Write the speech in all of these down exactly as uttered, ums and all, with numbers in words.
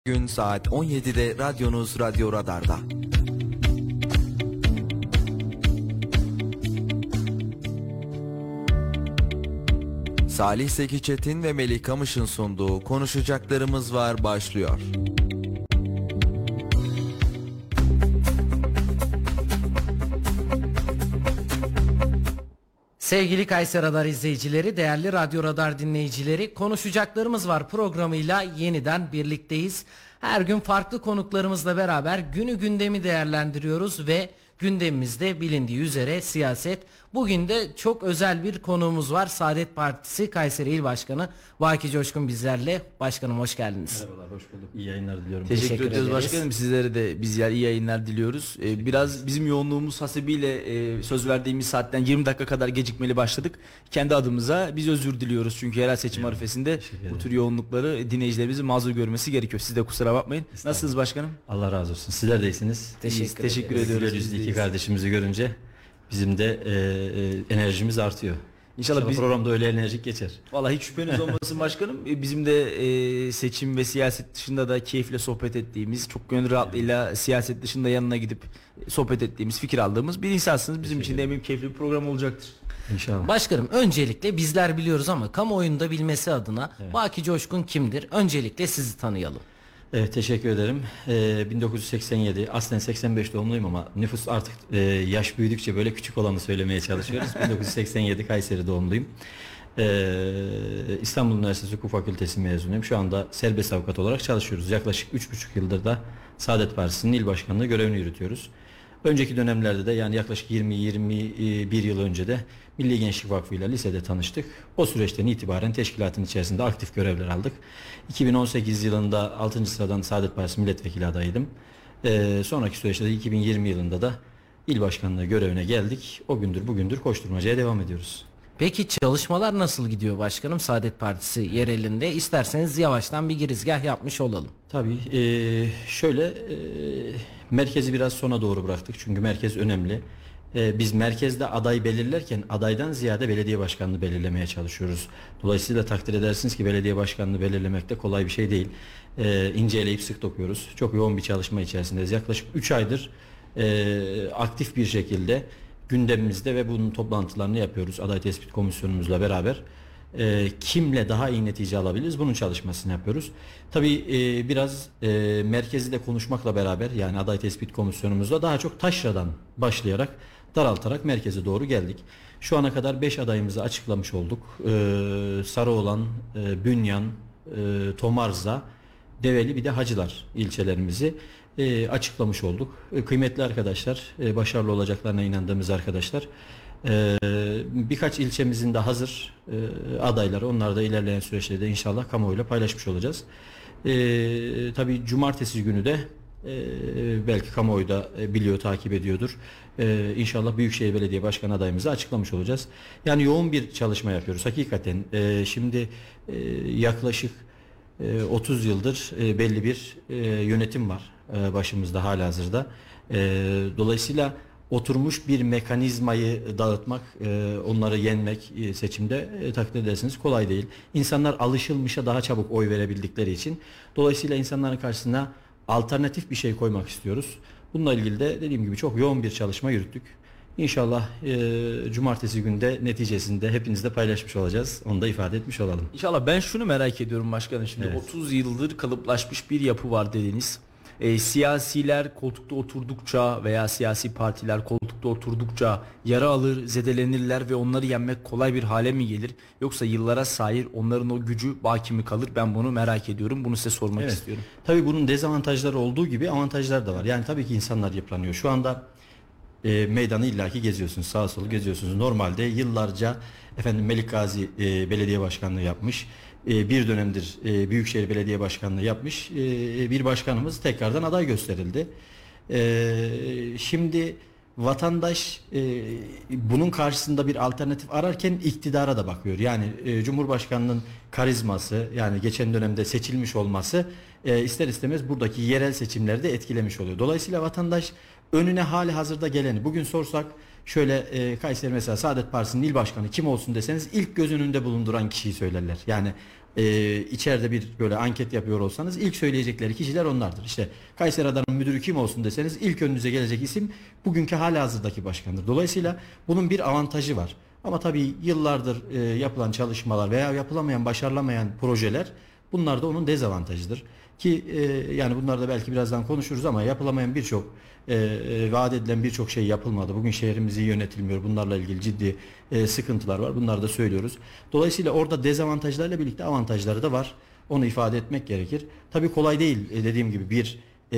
Gün saat on yedide radyonuz Radyo Radar'da. Salih Zeki Çetin ve Melih Kamış'ın sunduğu Konuşacaklarımız Var başlıyor. Sevgili Kayseri Radar izleyicileri, değerli Radyo Radar dinleyicileri, Konuşacaklarımız Var programıyla yeniden birlikteyiz. Her gün farklı konuklarımızla beraber günü gündemi değerlendiriyoruz ve gündemimizde bilindiği üzere siyaset. Bugün de çok özel bir konuğumuz var. Saadet Partisi Kayseri İl Başkanı Baki Coşkun bizlerle. Başkanım hoş geldiniz. Merhabalar, hoş bulduk. İyi yayınlar diliyorum. Teşekkür, Teşekkür ediyoruz ederiz. başkanım. Sizlere de biz yer iyi yayınlar diliyoruz. Ee, biraz bizim yoğunluğumuz hasebiyle e, söz verdiğimiz saatten yirmi dakika kadar gecikmeli başladık. Kendi adımıza biz özür diliyoruz. Çünkü yerel seçim Evet, arifesinde bu tür yoğunlukları dinleyicilerimizin mazur görmesi gerekiyor. Siz de kusura bakmayın. Nasılsınız başkanım? Allah razı olsun. Sizler de iyisiniz. Teşekkür, İyiyiz, teşekkür ederiz. ediyoruz. Güler yüzlü Biz iki deyiz. kardeşimizi görünce bizim de e, e, enerjimiz artıyor. İnşallah, İnşallah biz, programda öyle enerjik geçer. vallahi hiç şüpheniz olmasın başkanım. E, Bizim de e, seçim ve siyaset dışında da keyifle sohbet ettiğimiz, çok gönül rahatlığıyla siyaset dışında yanına gidip e, sohbet ettiğimiz, fikir aldığımız bir insansınız. Bizim için de eminim keyifli bir program olacaktır. İnşallah. Başkanım, öncelikle bizler biliyoruz ama kamuoyunun da bilmesi adına Evet. Baki Coşkun kimdir? Öncelikle sizi tanıyalım. Evet, teşekkür ederim. Ee, bin dokuz yüz seksen yedi, aslında seksen beş doğumluyum ama nüfus artık e, yaş büyüdükçe böyle küçük olanı söylemeye çalışıyoruz. bin dokuz yüz seksen yedi Kayseri doğumluyum. Ee, İstanbul Üniversitesi Hukuk Fakültesi mezunuyum. Şu anda serbest avukat olarak çalışıyoruz. Yaklaşık üç buçuk yıldır da Saadet Partisi'nin il başkanlığı görevini yürütüyoruz. Önceki dönemlerde de, yani yaklaşık yirmi yirmi bir yıl önce de Milli Gençlik Vakfı ile lisede tanıştık. O süreçten itibaren teşkilatın içerisinde aktif görevler aldık. iki bin on sekiz yılında altıncı sıradan Saadet Partisi milletvekili adayıydım. Ee, sonraki süreçte de iki bin yirmi yılında da il başkanlığı görevine geldik. O gündür bugündür koşturmacaya devam ediyoruz. Peki çalışmalar nasıl gidiyor başkanım Saadet Partisi yerelinde? İsterseniz yavaştan bir girizgah yapmış olalım. Tabii e, şöyle e, merkezi biraz sona doğru bıraktık çünkü merkez önemli. E, biz merkezde aday belirlerken adaydan ziyade belediye başkanını belirlemeye çalışıyoruz. Dolayısıyla takdir edersiniz ki belediye başkanını belirlemek de kolay bir şey değil. E, inceleyip sık dokuyoruz. Çok yoğun bir çalışma içerisindeyiz. Yaklaşık üç aydır e, aktif bir şekilde gündemimizde ve bunun toplantılarını yapıyoruz aday tespit komisyonumuzla beraber. E, kimle daha iyi netice alabiliriz, bunun çalışmasını yapıyoruz. Tabii e, biraz e, merkezi de konuşmakla beraber, yani aday tespit komisyonumuzda daha çok taşradan başlayarak daraltarak merkeze doğru geldik. Şu ana kadar beş adayımızı açıklamış olduk. E, Sarıoğlan, e, Bünyan, e, Tomarza, Develi, bir de Hacılar ilçelerimizi e, açıklamış olduk. E, kıymetli arkadaşlar, e, başarılı olacaklarına inandığımız arkadaşlar. Ee, birkaç ilçemizin de hazır e, adayları, onlar da ilerleyen süreçte de inşallah kamuoyuyla paylaşmış olacağız. Ee, tabii cumartesi günü de e, belki kamuoyu da e, biliyor, takip ediyordur. Ee, İnşallah Büyükşehir Belediye Başkanı adayımızı açıklamış olacağız. Yani yoğun bir çalışma yapıyoruz hakikaten. E, şimdi e, yaklaşık e, otuz yıldır e, belli bir e, yönetim var e, başımızda halihazırda. E, dolayısıyla oturmuş bir mekanizmayı dağıtmak, e, onları yenmek e, seçimde e, takdir edersiniz kolay değil. İnsanlar alışılmışa daha çabuk oy verebildikleri için, dolayısıyla insanların karşısına alternatif bir şey koymak istiyoruz. Bununla ilgili de dediğim gibi çok yoğun bir çalışma yürüttük. İnşallah e, cumartesi günde neticesinde hepinizle paylaşmış olacağız. Onu da ifade etmiş olalım. İnşallah. Ben şunu merak ediyorum başkanım. Şimdi Evet. otuz yıldır kalıplaşmış bir yapı var dediniz. E, siyasiler koltukta oturdukça veya siyasi partiler koltukta oturdukça yara alır, zedelenirler ve onları yenmek kolay bir hale mi gelir? Yoksa yıllara sahip onların o gücü baki mi kalır? Ben bunu merak ediyorum. Bunu size sormak Evet. istiyorum. Tabii bunun dezavantajları olduğu gibi avantajlar da var. Yani tabii ki insanlar yıpranıyor. Şu anda e, meydanı illaki geziyorsunuz, sağa sola geziyorsunuz. Normalde yıllarca efendim Melik Gazi e, belediye başkanlığı yapmış. E, bir dönemdir e, Büyükşehir Belediye Başkanlığı yapmış e, bir başkanımız tekrardan aday gösterildi. E, şimdi vatandaş e, bunun karşısında bir alternatif ararken iktidara da bakıyor. Yani e, Cumhurbaşkanının karizması, yani geçen dönemde seçilmiş olması e, ister istemez buradaki yerel seçimleri de etkilemiş oluyor. Dolayısıyla vatandaş önüne hali hazırda geleni bugün sorsak, şöyle e, Kayseri mesela Saadet Partisi'nin il başkanı kim olsun deseniz ilk göz önünde bulunduran kişiyi söylerler. Yani e, içeride bir böyle anket yapıyor olsanız ilk söyleyecekleri kişiler onlardır. İşte Kayseri Radar'ın müdürü kim olsun deseniz ilk önünüze gelecek isim bugünkü halihazırdaki başkandır. Dolayısıyla bunun bir avantajı var. Ama tabii yıllardır e, yapılan çalışmalar veya yapılamayan, başarılamayan projeler bunlar da onun dezavantajıdır. Ki e, yani bunlarda belki birazdan konuşuruz ama yapılamayan birçok e, e, vaat edilen birçok şey yapılmadı. Bugün şehrimiz iyi yönetilmiyor. Bunlarla ilgili ciddi e, sıkıntılar var. Bunları da söylüyoruz. Dolayısıyla orada dezavantajlarla birlikte avantajları da var. Onu ifade etmek gerekir. Tabii kolay değil. E, dediğim gibi bir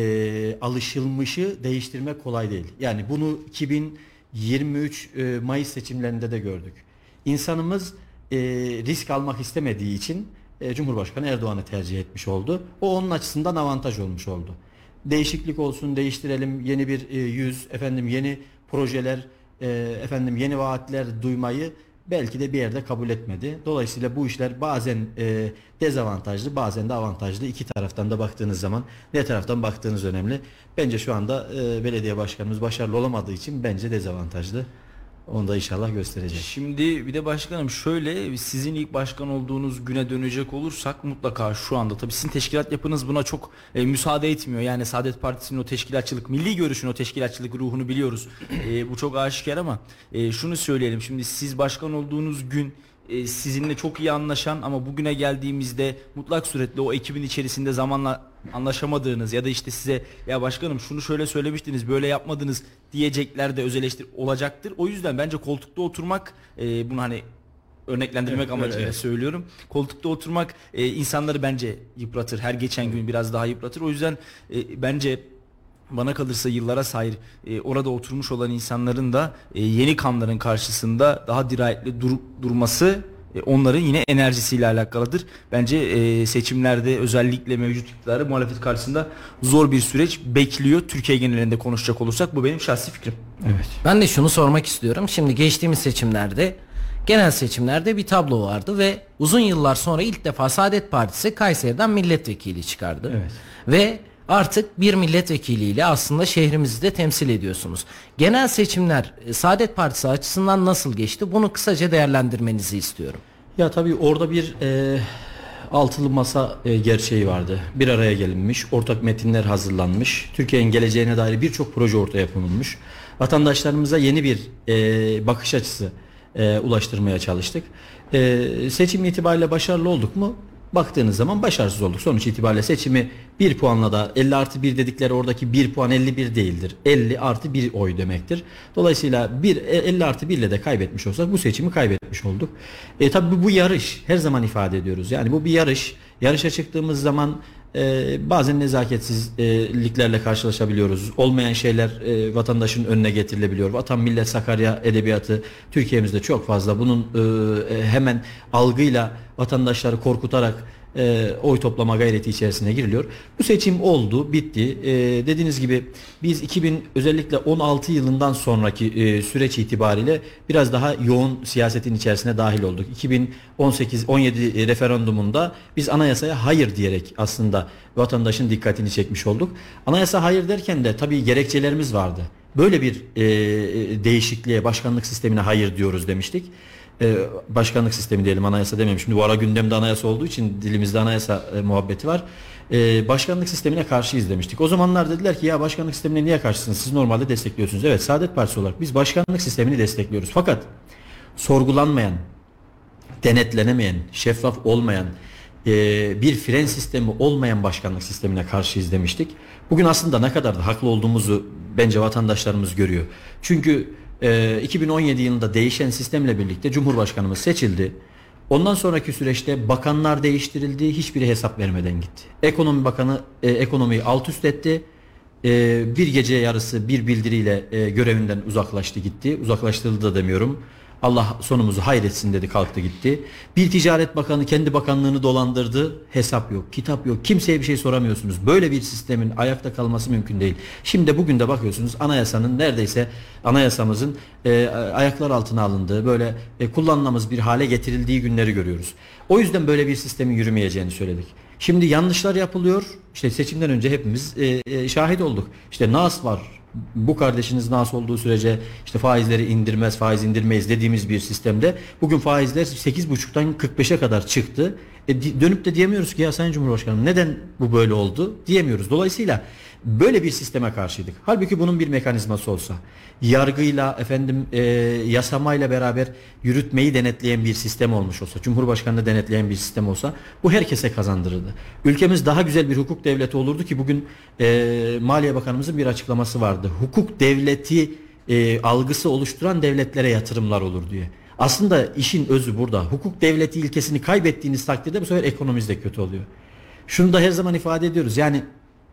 e, alışılmışı değiştirmek kolay değil. Yani bunu iki bin yirmi üç e, Mayıs seçimlerinde de gördük. İnsanımız e, risk almak istemediği için e, Cumhurbaşkanı Erdoğan'ı tercih etmiş oldu. O onun açısından avantaj olmuş oldu. Değişiklik olsun, değiştirelim, yeni bir e, yüz, efendim yeni projeler, e, efendim yeni vaatler duymayı belki de bir yerde kabul etmedi. Dolayısıyla bu işler bazen e, dezavantajlı, bazen de avantajlı. İki taraftan da baktığınız zaman ne taraftan baktığınız önemli. Bence şu anda e, belediye başkanımız başarılı olamadığı için bence dezavantajlı. Onu da inşallah gösterecek. Şimdi bir de başkanım şöyle, sizin ilk başkan olduğunuz güne dönecek olursak mutlaka şu anda tabii sizin teşkilat yapınız buna çok e, müsaade etmiyor. Yani Saadet Partisi'nin o teşkilatçılık, milli görüşün o teşkilatçılık ruhunu biliyoruz. E, bu çok aşikar ama e, şunu söyleyelim. Şimdi siz başkan olduğunuz gün e, sizinle çok iyi anlaşan ama bugüne geldiğimizde mutlak suretle o ekibin içerisinde zamanla anlaşamadığınız ya da işte size ya başkanım şunu şöyle söylemiştiniz böyle yapmadınız diyecekler de öz eleştiri olacaktır. O yüzden bence koltukta oturmak e, bunu hani örneklendirmek evet, amacıyla evet. söylüyorum. Koltukta oturmak e, insanları bence yıpratır. Her geçen gün biraz daha yıpratır. O yüzden e, bence bana kalırsa yıllara sahip e, orada oturmuş olan insanların da e, yeni kanların karşısında daha dirayetli dur, durması e, onların yine enerjisiyle alakalıdır. Bence e, seçimlerde özellikle mevcut iktidarı muhalefet karşısında zor bir süreç bekliyor. Türkiye genelinde konuşacak olursak bu benim şahsi fikrim. Evet. Ben de şunu sormak istiyorum. Şimdi geçtiğimiz seçimlerde genel seçimlerde bir tablo vardı ve uzun yıllar sonra ilk defa Saadet Partisi Kayseri'den milletvekili çıkardı. Evet. Ve artık bir milletvekiliyle aslında şehrimizi de temsil ediyorsunuz. Genel seçimler Saadet Partisi açısından nasıl geçti? Bunu kısaca değerlendirmenizi istiyorum. Ya tabii orada bir e, altılı masa e, gerçeği vardı. Bir araya gelinmiş, ortak metinler hazırlanmış. Türkiye'nin geleceğine dair birçok proje ortaya konulmuş. Vatandaşlarımıza yeni bir e, bakış açısı e, ulaştırmaya çalıştık. E, seçim itibariyle başarılı olduk mu? Baktığınız zaman başarısız olduk. Sonuç itibariyle seçimi bir puanla da elli artı bir dedikleri oradaki bir puan elli bir değildir. elli artı bir oy demektir. Dolayısıyla bir, elli artı bir ile de kaybetmiş olsak bu seçimi kaybetmiş olduk. E, tabii bu, bu yarış. Her zaman ifade ediyoruz. Yani bu bir yarış. Yarışa çıktığımız zaman e, bazen nezaketsizliklerle karşılaşabiliyoruz. Olmayan şeyler e, vatandaşın önüne getirilebiliyor. Vatan Millet Sakarya edebiyatı Türkiye'mizde çok fazla. Bunun e, hemen algıyla vatandaşları korkutarak e, oy toplama gayreti içerisine giriliyor. Bu seçim oldu, bitti. E, dediğiniz gibi biz iki bin özellikle on altı yılından sonraki e, süreç itibariyle biraz daha yoğun siyasetin içerisine dahil olduk. iki bin on sekiz on yedi referandumunda biz anayasaya hayır diyerek aslında vatandaşın dikkatini çekmiş olduk. Anayasa hayır derken de tabii gerekçelerimiz vardı. Böyle bir e, değişikliğe, başkanlık sistemine hayır diyoruz demiştik. Ee, başkanlık sistemi diyelim, anayasa demeyeyim. Şimdi bu ara gündemde anayasa olduğu için dilimizde anayasa e, muhabbeti var. Ee, başkanlık sistemine karşıyız demiştik. O zamanlar dediler ki ya başkanlık sistemine niye karşısınız? Siz normalde destekliyorsunuz. Evet, Saadet Partisi olarak biz başkanlık sistemini destekliyoruz. Fakat sorgulanmayan, denetlenemeyen, şeffaf olmayan, e, bir fren sistemi olmayan başkanlık sistemine karşıyız demiştik. Bugün aslında ne kadar da haklı olduğumuzu bence vatandaşlarımız görüyor. Çünkü iki bin on yedi yılında değişen sistemle birlikte Cumhurbaşkanımız seçildi. Ondan sonraki süreçte bakanlar değiştirildi. Hiçbiri hesap vermeden gitti. Ekonomi Bakanı e, ekonomiyi alt üst etti. E, bir gece yarısı bir bildiriyle e, görevinden uzaklaştı gitti. Uzaklaştırıldı da demiyorum. Allah sonumuzu hayretsin dedi, kalktı gitti. Bir Ticaret Bakanı kendi bakanlığını dolandırdı. Hesap yok, kitap yok. Kimseye bir şey soramıyorsunuz. Böyle bir sistemin ayakta kalması mümkün değil. Şimdi bugün de bakıyorsunuz anayasanın neredeyse anayasamızın e, ayaklar altına alındığı, böyle e, kullanılamaz bir hale getirildiği günleri görüyoruz. O yüzden böyle bir sistemin yürümeyeceğini söyledik. Şimdi yanlışlar yapılıyor. İşte seçimden önce hepimiz e, e, şahit olduk. İşte Nas var. Bu kardeşiniz Nas olduğu sürece işte faizleri indirmez, faiz indirmeyiz dediğimiz bir sistemde bugün faizler sekiz buçuktan kırk beşe kadar çıktı. E, dönüp de diyemiyoruz ki ya Sayın Cumhurbaşkanım neden bu böyle oldu diyemiyoruz. Dolayısıyla böyle bir sisteme karşıydık. Halbuki bunun bir mekanizması olsa, yargıyla efendim e, yasamayla beraber yürütmeyi denetleyen bir sistem olmuş olsa, Cumhurbaşkanı'nı denetleyen bir sistem olsa bu herkese kazandırırdı. Ülkemiz daha güzel bir hukuk devleti olurdu ki bugün e, Maliye Bakanımızın bir açıklaması vardı. Hukuk devleti e, algısı oluşturan devletlere yatırımlar olur diye. Aslında işin özü burada. Hukuk devleti ilkesini kaybettiğiniz takdirde bu sefer ekonomimiz de kötü oluyor. Şunu da her zaman ifade ediyoruz. Yani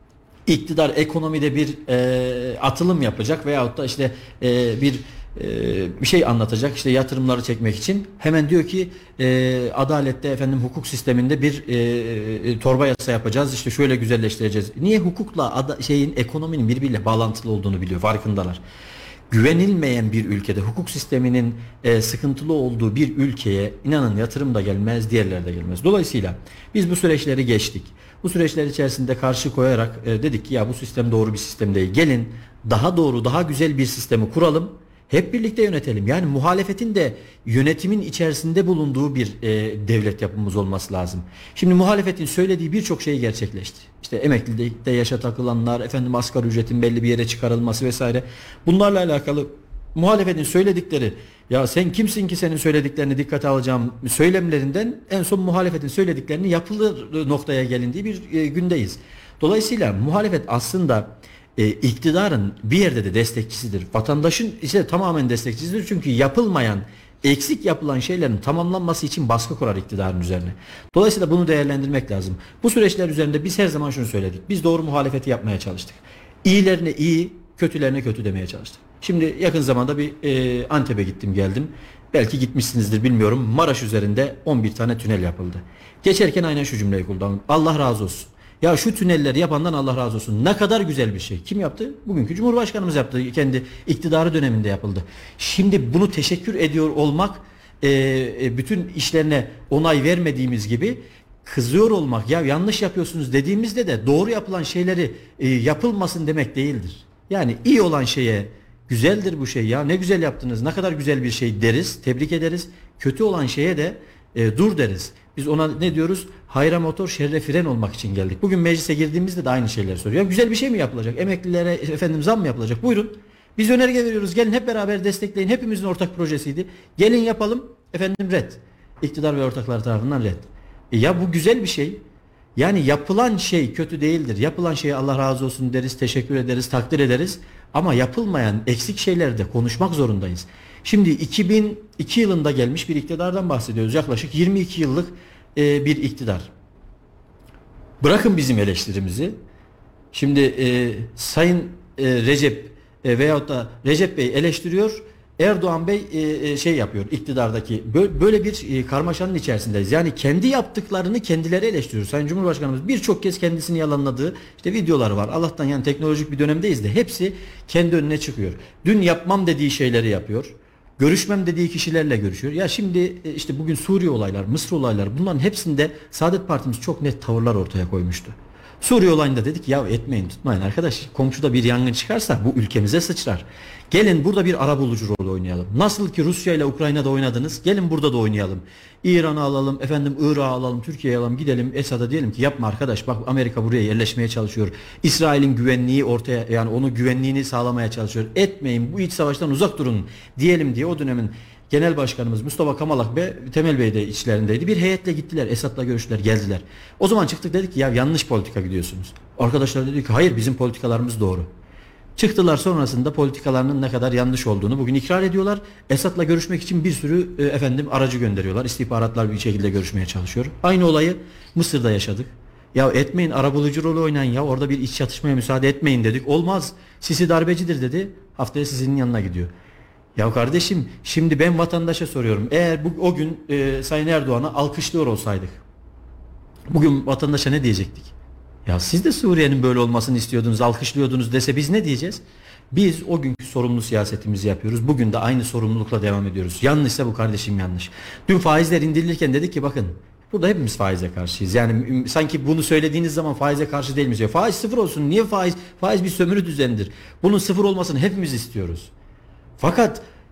iktidar ekonomide bir e, atılım yapacak veyahut da işte e, bir e, bir şey anlatacak, işte yatırımları çekmek için hemen diyor ki e, adalette efendim hukuk sisteminde bir e, e, torba yasa yapacağız, işte şöyle güzelleştireceğiz. Niye? Hukukla ada, şeyin ekonominin birbiriyle bağlantılı olduğunu biliyor, farkındalar. Güvenilmeyen bir ülkede, hukuk sisteminin e, sıkıntılı olduğu bir ülkeye inanın yatırım da gelmez, diğerler de gelmez. Dolayısıyla biz bu süreçleri geçtik. Bu süreçler içerisinde karşı koyarak e, dedik ki ya bu sistem doğru bir sistem değil. Gelin daha doğru, daha güzel bir sistemi kuralım. Hep birlikte yönetelim. Yani muhalefetin de yönetimin içerisinde bulunduğu bir e, devlet yapımız olması lazım. Şimdi muhalefetin söylediği birçok şey gerçekleşti. İşte emeklilikte yaşa takılanlar, efendim asgari ücretin belli bir yere çıkarılması vesaire. Bunlarla alakalı muhalefetin söyledikleri, ya sen kimsin ki senin söylediklerini dikkate alacağım söylemlerinden en son muhalefetin söylediklerini yapılır noktaya gelindiği bir e, gündeyiz. Dolayısıyla muhalefet aslında e, iktidarın bir yerde de destekçisidir. Vatandaşın ise tamamen destekçisidir. Çünkü yapılmayan, eksik yapılan şeylerin tamamlanması için baskı kurar iktidarın üzerine. Dolayısıyla bunu değerlendirmek lazım. Bu süreçler üzerinde biz her zaman şunu söyledik. Biz doğru muhalefeti yapmaya çalıştık. İyilerine iyi, kötülerine kötü demeye çalıştık. Şimdi yakın zamanda bir e, Antep'e gittim geldim. Belki gitmişsinizdir bilmiyorum. Maraş üzerinde on bir tane tünel yapıldı. Geçerken aynen şu cümleyi kullandım. Allah razı olsun. Ya şu tünelleri yapandan Allah razı olsun. Ne kadar güzel bir şey. Kim yaptı? Bugünkü Cumhurbaşkanımız yaptı. Kendi iktidarı döneminde yapıldı. Şimdi bunu teşekkür ediyor olmak e, bütün işlerine onay vermediğimiz gibi kızıyor olmak, ya yanlış yapıyorsunuz dediğimizde de doğru yapılan şeyleri e, yapılmasın demek değildir. Yani iyi olan şeye güzeldir bu şey, ya ne güzel yaptınız, ne kadar güzel bir şey deriz, tebrik ederiz. Kötü olan şeye de e, dur deriz. Biz ona ne diyoruz? Hayra motor, şerre fren olmak için geldik. Bugün meclise girdiğimizde de aynı şeyleri soruyor. Ya güzel bir şey mi yapılacak? Emeklilere efendim zam mı yapılacak? Buyurun. Biz önerge veriyoruz. Gelin hep beraber destekleyin. Hepimizin ortak projesiydi. Gelin yapalım. Efendim red. İktidar ve ortaklar tarafından red. E ya bu güzel bir şey. Yani yapılan şey kötü değildir. Yapılan şeye Allah razı olsun deriz, teşekkür ederiz, takdir ederiz. Ama yapılmayan eksik şeyleri de konuşmak zorundayız. Şimdi iki bin iki yılında gelmiş bir iktidardan bahsediyoruz. Yaklaşık yirmi iki yıllık e, bir iktidar. Bırakın bizim eleştirimizi. Şimdi e, Sayın e, Recep e, veyahut da Recep Bey eleştiriyor. Erdoğan Bey e, şey yapıyor iktidardaki, böyle bir e, karmaşanın içerisindeyiz. Yani kendi yaptıklarını kendileri eleştiriyor. Sayın Cumhurbaşkanımız birçok kez kendisini yalanladığı işte videoları var. Allah'tan yani teknolojik bir dönemdeyiz de hepsi kendi önüne çıkıyor. Dün yapmam dediği şeyleri yapıyor. Görüşmem dediği kişilerle görüşüyor. Ya şimdi işte bugün Suriye olaylar, Mısır olaylar, bunların hepsinde Saadet Partimiz çok net tavırlar ortaya koymuştu. Suriye olayında dedik ya etmeyin, tutmayın arkadaş. Komşuda bir yangın çıkarsa bu ülkemize sıçrar. Gelin burada bir arabulucu rol oynayalım. Nasıl ki Rusya ile Ukrayna'da oynadınız, gelin burada da oynayalım. İran'ı alalım, efendim Irak'ı alalım, Türkiye'yi alalım, gidelim Esad'a diyelim ki yapma arkadaş, bak Amerika buraya yerleşmeye çalışıyor. İsrail'in güvenliği ortaya, yani onun güvenliğini sağlamaya çalışıyor. Etmeyin, bu iç savaştan uzak durun diyelim diye o dönemin Genel Başkanımız Mustafa Kamalak ve Temel Bey de içlerindeydi. Bir heyetle gittiler. Esad'la görüştüler, geldiler. O zaman çıktık dedik ki ya yanlış politika gidiyorsunuz. Arkadaşlar dedi ki hayır, bizim politikalarımız doğru. Çıktılar, sonrasında politikalarının ne kadar yanlış olduğunu bugün ikrar ediyorlar. Esad'la görüşmek için bir sürü e, efendim aracı gönderiyorlar. İstihbaratlar bir şekilde görüşmeye çalışıyor. Aynı olayı Mısır'da yaşadık. Ya etmeyin, arabulucu rolü oynayın ya, orada bir iç çatışmaya müsaade etmeyin dedik. Olmaz, Sisi darbecidir dedi. Haftaya Sisi'nin yanına gidiyor. Ya kardeşim, şimdi ben vatandaşa soruyorum. Eğer bu, o gün e, Sayın Erdoğan'ı alkışlıyor olsaydık, bugün vatandaşa ne diyecektik? Ya siz de Suriye'nin böyle olmasını istiyordunuz, alkışlıyordunuz dese biz ne diyeceğiz? Biz o günkü sorumlu siyasetimizi yapıyoruz. Bugün de aynı sorumlulukla devam ediyoruz. Yanlışsa bu kardeşim yanlış. Dün faizler indirilirken dedik ki bakın, burada hepimiz faize karşıyız. Yani sanki bunu söylediğiniz zaman faize karşı değil miyiz? Faiz sıfır olsun. Niye faiz? Faiz bir sömürü düzenidir. Bunun sıfır olmasını hepimiz istiyoruz. Fakat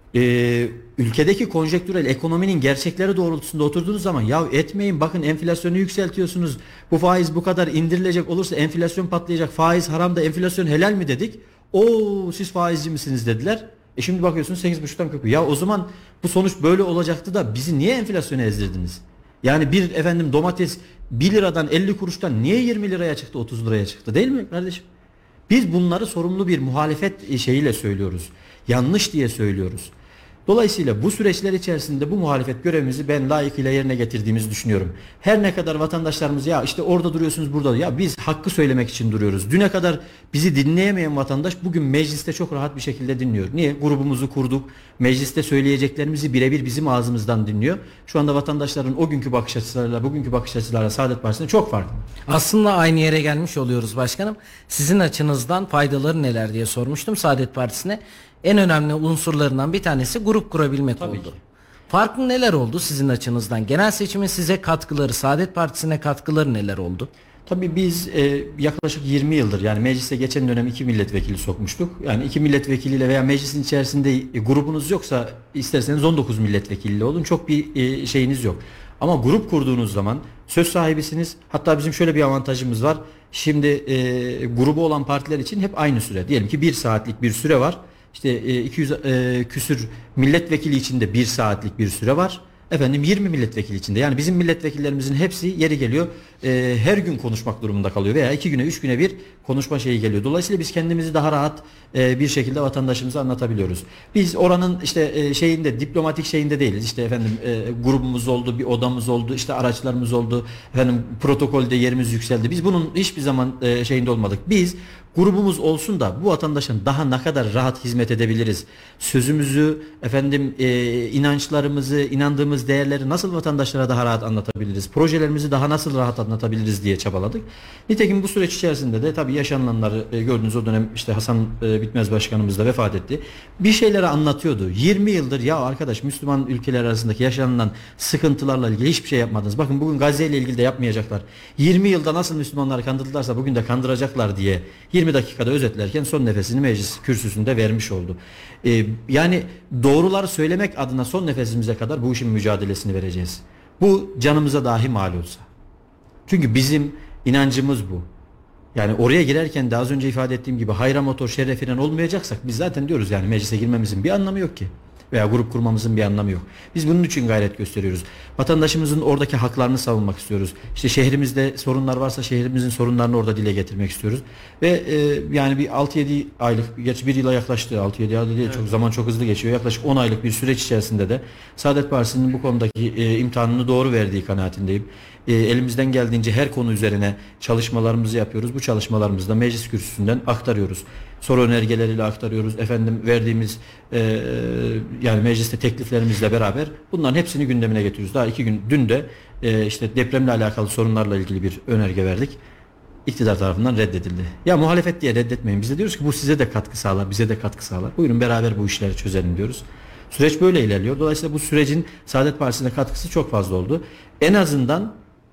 Ee, ülkedeki konjektürel ekonominin gerçekleri doğrultusunda oturduğunuz zaman ya etmeyin, bakın enflasyonu yükseltiyorsunuz, bu faiz bu kadar indirilecek olursa enflasyon patlayacak, faiz haram da enflasyon helal mi dedik, o siz faizci misiniz dediler. E şimdi bakıyorsunuz sekiz buçuktan kırk. Ya o zaman bu sonuç böyle olacaktı da bizi niye enflasyona ezdirdiniz? Yani bir efendim domates bir liradan elli kuruştan niye yirmi liraya çıktı, otuz liraya çıktı, değil mi kardeşim? Biz bunları sorumlu bir muhalefet şeyiyle söylüyoruz. Yanlış diye söylüyoruz. Dolayısıyla bu süreçler içerisinde bu muhalefet görevimizi ben layıkıyla yerine getirdiğimizi düşünüyorum. Her ne kadar vatandaşlarımız ya işte orada duruyorsunuz burada, ya biz hakkı söylemek için duruyoruz. Düne kadar bizi dinleyemeyen vatandaş bugün mecliste çok rahat bir şekilde dinliyor. Niye? Grubumuzu kurduk. Mecliste söyleyeceklerimizi birebir bizim ağzımızdan dinliyor. Şu anda vatandaşların o günkü bakış açılarıyla bugünkü bakış açılarıyla Saadet Partisi'ne çok farklı. Aslında aynı yere gelmiş oluyoruz başkanım. Sizin açınızdan faydaları neler diye sormuştum Saadet Partisi'ne. En önemli unsurlarından bir tanesi grup kurabilmek Tabii oldu. ki. Farklı neler oldu sizin açınızdan? Genel seçimin size katkıları, Saadet Partisi'ne katkıları neler oldu? Tabii biz e, yaklaşık yirmi yıldır, yani meclise geçen dönem iki milletvekili sokmuştuk. Yani iki milletvekiliyle veya meclisin içerisinde e, grubunuz yoksa isterseniz on dokuz milletvekiliyle olun, çok bir e, şeyiniz yok. Ama grup kurduğunuz zaman söz sahibisiniz. Hatta bizim şöyle bir avantajımız var. Şimdi e, grubu olan partiler için hep aynı süre. Diyelim ki bir saatlik bir süre var. İşte iki yüz e, küsür milletvekili içinde bir saatlik bir süre var. Efendim yirmi milletvekili içinde. Yani bizim milletvekillerimizin hepsi yeri geliyor e, her gün konuşmak durumunda kalıyor veya iki güne üç güne bir konuşma şeyi geliyor. Dolayısıyla biz kendimizi daha rahat e, bir şekilde vatandaşımıza anlatabiliyoruz. Biz oranın işte e, şeyinde, diplomatik şeyinde değiliz. İşte efendim e, grubumuz oldu, bir odamız oldu, işte araçlarımız oldu. Efendim protokolde yerimiz yükseldi. Biz bunun hiçbir zaman e, şeyinde olmadık. Biz grubumuz olsun da bu vatandaşın daha ne kadar rahat hizmet edebiliriz? Sözümüzü, efendim e, inançlarımızı, inandığımız değerleri nasıl vatandaşlara daha rahat anlatabiliriz? Projelerimizi daha nasıl rahat anlatabiliriz diye çabaladık. Nitekim bu süreç içerisinde de tabii yaşananları e, gördüğünüz o dönem işte Hasan e, Bitmez Başkanımız da vefat etti. Bir şeyleri anlatıyordu. yirmi yıldır ya arkadaş Müslüman ülkeler arasındaki yaşanılan sıkıntılarla ilgili hiçbir şey yapmadınız. Bakın bugün Gazze ile ilgili de yapmayacaklar. yirmi yılda nasıl Müslümanları kandırdılarsa bugün de kandıracaklar diye yirmi dakikada özetlerken son nefesini meclis kürsüsünde vermiş oldu. Ee, yani doğruları söylemek adına son nefesimize kadar bu işin mücadelesini vereceğiz. Bu canımıza dahi mal olsa. Çünkü bizim inancımız bu. Yani oraya girerken de az önce ifade ettiğim gibi hayra motor şerre fren olmayacaksak biz zaten diyoruz yani meclise girmemizin bir anlamı yok ki. Veya grup kurmamızın bir anlamı yok. Biz bunun için gayret gösteriyoruz. Vatandaşımızın oradaki haklarını savunmak istiyoruz. İşte şehrimizde sorunlar varsa şehrimizin sorunlarını orada dile getirmek istiyoruz. Ve e, yani bir altı yedi aylık, geç bir yıla yaklaştı. altı yedi aylık değil, evet. Çok zaman çok hızlı geçiyor. Yaklaşık on aylık bir süreç içerisinde de Saadet Partisi'nin bu konudaki e, imtihanını doğru verdiği kanaatindeyim. E, elimizden geldiğince her konu üzerine çalışmalarımızı yapıyoruz. Bu çalışmalarımızı da meclis kürsüsünden aktarıyoruz. Soru önergeleriyle aktarıyoruz. Efendim verdiğimiz e, yani mecliste tekliflerimizle beraber bunların hepsini gündemine getiriyoruz. Daha iki gün dün de e, işte depremle alakalı sorunlarla ilgili bir önerge verdik. İktidar tarafından reddedildi. Ya muhalefet diye reddetmeyin. Biz de diyoruz ki bu size de katkı sağlar, bize de katkı sağlar. Buyurun beraber bu işleri çözelim diyoruz. Süreç böyle ilerliyor. Dolayısıyla bu sürecin Saadet Partisi'ne katkısı çok fazla oldu. En azından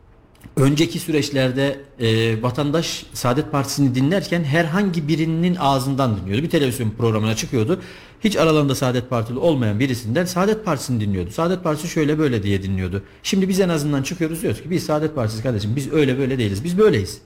önceki süreçlerde e, vatandaş Saadet Partisi'ni dinlerken herhangi birinin ağzından dinliyordu. Bir televizyon programına çıkıyordu. Hiç aralarında Saadet Partili olmayan birisinden Saadet Partisi'ni dinliyordu. Saadet Partisi şöyle böyle diye dinliyordu. Şimdi biz en azından çıkıyoruz, diyoruz ki biz Saadet Partisi kardeşim, biz öyle böyle değiliz. Biz böyleyiz.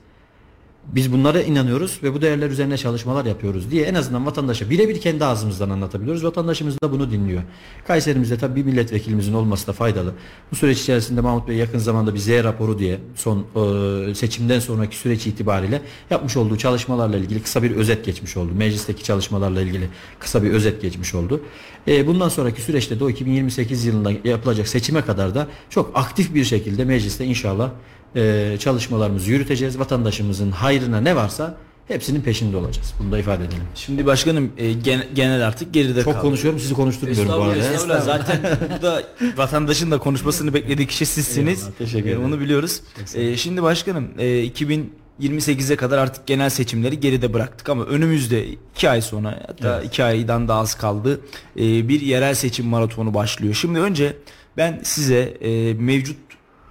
Biz bunlara inanıyoruz ve bu değerler üzerine çalışmalar yapıyoruz diye en azından vatandaşa birebir kendi ağzımızdan anlatabiliyoruz. Vatandaşımız da bunu dinliyor. Kayseri'mizde tabii bir milletvekilimizin olması da faydalı. Bu süreç içerisinde Mahmut Bey yakın zamanda bir Z raporu diye son e, seçimden sonraki süreç itibariyle yapmış olduğu çalışmalarla ilgili kısa bir özet geçmiş oldu. Meclisteki çalışmalarla ilgili kısa bir özet geçmiş oldu. E, bundan sonraki süreçte de o iki bin yirmi sekiz yılında yapılacak seçime kadar da çok aktif bir şekilde mecliste inşallah Ee, çalışmalarımızı yürüteceğiz. Vatandaşımızın hayrına ne varsa hepsinin peşinde olacağız. Bunu da ifade edelim. Şimdi başkanım e, gen, genel artık geride Çok kaldı. konuşuyorum, sizi konuşturmuyorum bu arada. Estağfurullah. Zaten burada vatandaşın da konuşmasını beklediği kişi sizsiniz. Eyvallah, teşekkür ederim. E, onu biliyoruz. E, şimdi başkanım e, iki bin yirmi sekize kadar artık genel seçimleri geride bıraktık ama önümüzde iki ay sonra hatta evet. iki aydan da az kaldı. E, bir yerel seçim maratonu başlıyor. Şimdi önce ben size e, mevcut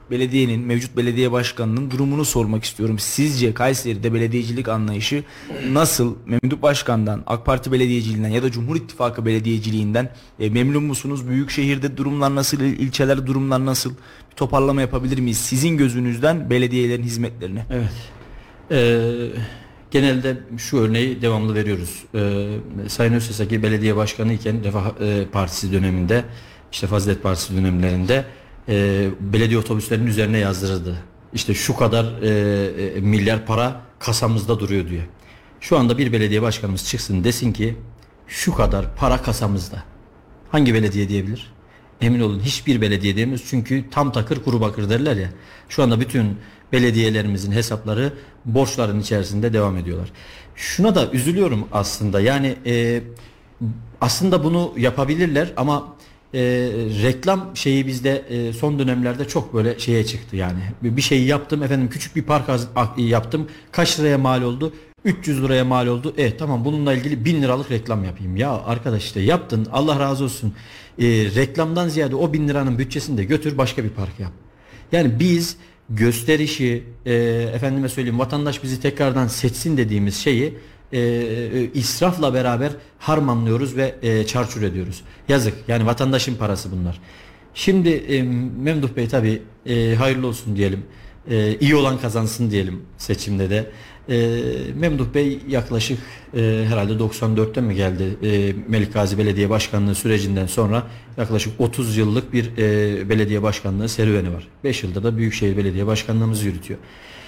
belediyenin, mevcut belediye başkanının durumunu sormak istiyorum. Sizce Kayseri'de belediyecilik anlayışı nasıl? Memduh Başkan'dan, AK Parti belediyeciliğinden ya da Cumhur İttifakı belediyeciliğinden e, memnun musunuz? Büyükşehir'de durumlar nasıl? İlçelerde durumlar nasıl? Bir toparlama yapabilir miyiz? Sizin gözünüzden belediyelerin hizmetlerine. Evet. Ee, genelde şu örneği devamlı veriyoruz. Ee, Sayın Özsesaki belediye başkanı iken Refah e, Partisi döneminde, işte Fazilet Partisi dönemlerinde e, belediye otobüslerinin üzerine yazdırırdı. İşte şu kadar e, e, milyar para kasamızda duruyor diye. Şu anda bir belediye başkanımız çıksın desin ki şu kadar para kasamızda. Hangi belediye diyebilir? Emin olun hiçbir belediye diyemiyoruz. Çünkü tam takır kuru bakır derler ya. Şu anda bütün belediyelerimizin hesapları borçların içerisinde devam ediyorlar. Şuna da üzülüyorum aslında. Yani e, aslında bunu yapabilirler ama e, reklam şeyi bizde e, son dönemlerde çok böyle şeye çıktı yani. Bir şeyi yaptım efendim, küçük bir park az, yaptım. Kaç liraya mal oldu? üç yüz liraya mal oldu. E tamam, bununla ilgili bin liralık reklam yapayım. Ya arkadaş işte yaptın, Allah razı olsun. E, reklamdan ziyade o bin liranın bütçesini de götür başka bir park yap. Yani biz gösterişi e, efendime söyleyeyim vatandaş bizi tekrardan seçsin dediğimiz şeyi e, e, israfla beraber harmanlıyoruz ve e, çarçur ediyoruz. Yazık yani, vatandaşın parası bunlar. Şimdi e, Memduh Bey tabii e, hayırlı olsun diyelim. E, iyi olan kazansın diyelim seçimde de. E, Memduh Bey yaklaşık e, herhalde doksan dörtte mi geldi e, Melik Gazi Belediye Başkanlığı sürecinden sonra yaklaşık otuz yıllık bir e, belediye başkanlığı serüveni var. beş yılda da Büyükşehir Belediye Başkanlığımızı yürütüyor.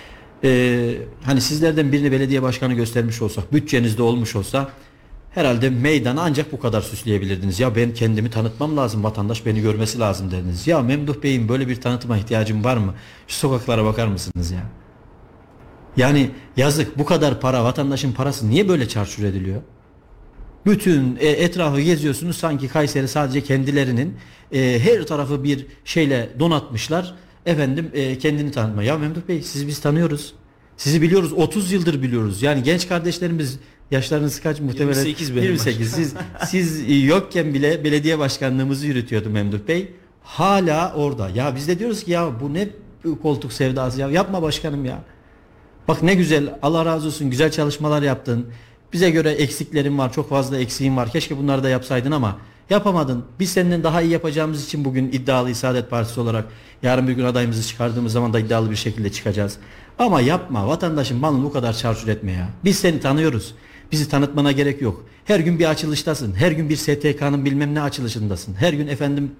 E, hani sizlerden birini belediye başkanı göstermiş olsak, bütçenizde olmuş olsa herhalde meydanı ancak bu kadar süsleyebilirdiniz. Ya ben kendimi tanıtmam lazım, vatandaş beni görmesi lazım dediniz. Ya Memduh Bey'in böyle bir tanıtıma ihtiyacım var mı? Şu sokaklara bakar mısınız ya? Yani yazık, bu kadar para, vatandaşın parası niye böyle çarçur ediliyor? Bütün e, etrafı geziyorsunuz sanki Kayseri sadece kendilerinin, e, her tarafı bir şeyle donatmışlar. Efendim e, kendini tanıtma. Ya Memduh Bey, sizi biz tanıyoruz. Sizi biliyoruz, otuz yıldır biliyoruz. Yani genç kardeşlerimiz, yaşlarınız kaç muhtemelen? yirmi sekiz benim. yirmi sekiz. Siz, siz yokken bile belediye başkanlığımızı yürütüyordu Memduh Bey. Hala orada. Ya biz de diyoruz ki ya bu ne koltuk sevdası ya. Yapma başkanım ya. Bak ne güzel, Allah razı olsun, güzel çalışmalar yaptın. Bize göre eksiklerin var, çok fazla eksiğin var. Keşke bunları da yapsaydın ama yapamadın. Biz senden daha iyi yapacağımız için bugün iddialı Saadet Partisi olarak yarın bir gün adayımızı çıkardığımız zaman da iddialı bir şekilde çıkacağız. Ama yapma, vatandaşın malını bu kadar çarçur etme ya. Biz seni tanıyoruz. Bizi tanıtmana gerek yok. Her gün bir açılıştasın. Her gün bir S T K'nın bilmem ne açılışındasın. Her gün efendim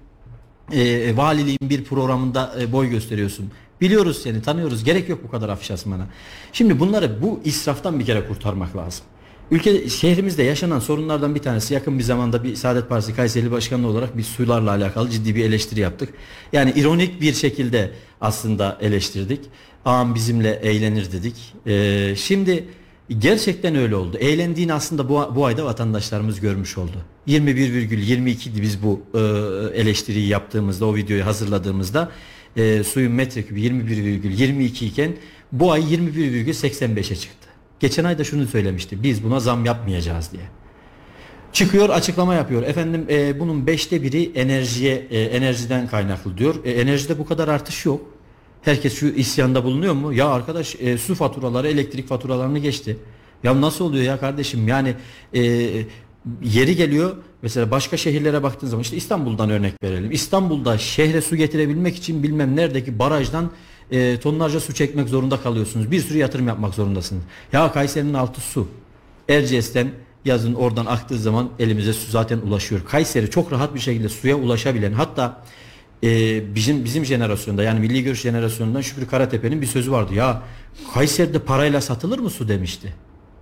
e, valiliğin bir programında e, boy gösteriyorsun. Biliyoruz seni, tanıyoruz. Gerek yok bu kadar afiş asmana. Şimdi bunları, bu israftan bir kere kurtarmak lazım. Ülke, şehrimizde yaşanan sorunlardan bir tanesi, yakın bir zamanda bir Saadet Partisi Kayseri Başkanı olarak bir sularla alakalı ciddi bir eleştiri yaptık. Yani ironik bir şekilde aslında eleştirdik. Ağam bizimle eğlenir dedik. Ee, şimdi gerçekten öyle oldu. Eğlendiğini aslında bu, bu ayda vatandaşlarımız görmüş oldu. yirmi bir virgül yirmi iki biz bu e, eleştiriyi yaptığımızda, o videoyu hazırladığımızda e, suyun metrekübü yirmi bir virgül yirmi iki iken bu ay yirmi bir virgül seksen beşe çıktı. Geçen ay da şunu söylemişti. Biz buna zam yapmayacağız diye. Çıkıyor, açıklama yapıyor. Efendim e, bunun beşte biri enerjiye e, enerjiden kaynaklı diyor. E, enerjide bu kadar artış yok. Herkes şu isyanda bulunuyor mu? Ya arkadaş e, su faturaları, elektrik faturalarını geçti. Ya nasıl oluyor ya kardeşim? Yani e, yeri geliyor. Mesela başka şehirlere baktığın zaman, işte İstanbul'dan örnek verelim. İstanbul'da şehre su getirebilmek için bilmem neredeki barajdan e, tonlarca su çekmek zorunda kalıyorsunuz. Bir sürü yatırım yapmak zorundasınız. Ya Kayseri'nin altı su. Erciyes'ten yazın oradan aktığı zaman elimize su zaten ulaşıyor. Kayseri çok rahat bir şekilde suya ulaşabilen, hatta e, bizim bizim jenerasyonda, yani Milli Görüş jenerasyonundan Şükrü Karatepe'nin bir sözü vardı. Ya Kayseri'de parayla satılır mı su demişti.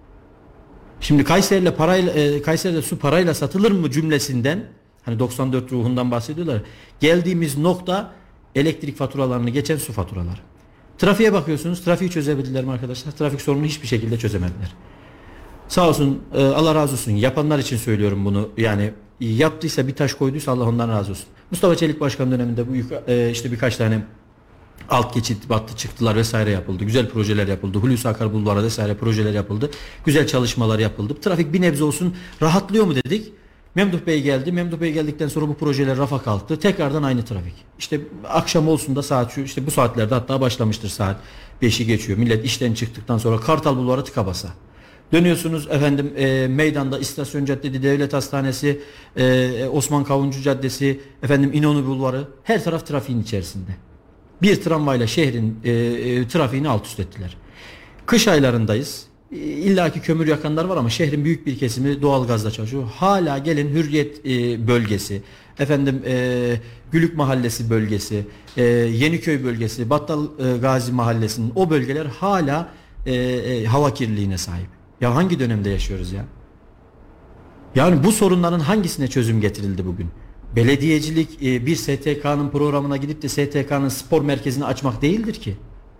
Şimdi Kayseri'yle parayla e, Kayseri'de su parayla satılır mı cümlesinden, hani doksan dört ruhundan bahsediyorlar. Geldiğimiz nokta elektrik faturalarını geçen su faturaları. Trafiğe bakıyorsunuz, trafiği çözebildiler mi arkadaşlar? Trafik sorununu hiçbir şekilde çözemediler. Sağ olsun, e, Allah razı olsun. Yapanlar için söylüyorum bunu. Yani yaptıysa, bir taş koyduysa Allah ondan razı olsun. Mustafa Çelik Başkan döneminde bu e, işte birkaç tane alt geçit battı çıktılar vesaire yapıldı. Güzel projeler yapıldı. Hulusi Akar Bulvarı vesaire projeler yapıldı. Güzel çalışmalar yapıldı. Trafik bir nebze olsun rahatlıyor mu dedik. Memduh Bey geldi. Memduh Bey geldikten sonra bu projeler rafa kalktı. Tekrardan aynı trafik. İşte akşam olsun da saat şu işte bu saatlerde hatta başlamıştır, saat beşi geçiyor. Millet işten çıktıktan sonra Kartal Bulvarı tıka basa. Dönüyorsunuz efendim e, meydanda İstasyon Caddesi, Devlet Hastanesi, e, Osman Kavuncu Caddesi, efendim İnönü Bulvarı, her taraf trafiğin içerisinde. Bir tramvayla şehrin e, e, trafiğini alt üst ettiler. Kış aylarındayız. İlla ki kömür yakanlar var ama şehrin büyük bir kesimi doğalgazla çalışıyor. Hala gelin Hürriyet e, bölgesi, efendim e, Gülük Mahallesi bölgesi, e, Yeniköy bölgesi, Battal e, Gazi Mahallesi'nin o bölgeler hala e, e, hava kirliliğine sahip. Ya hangi dönemde yaşıyoruz ya? Yani bu sorunların hangisine çözüm getirildi bugün? Belediyecilik e, bir S T K'nın programına gidip de S T K'nın spor merkezini açmak değildir ki.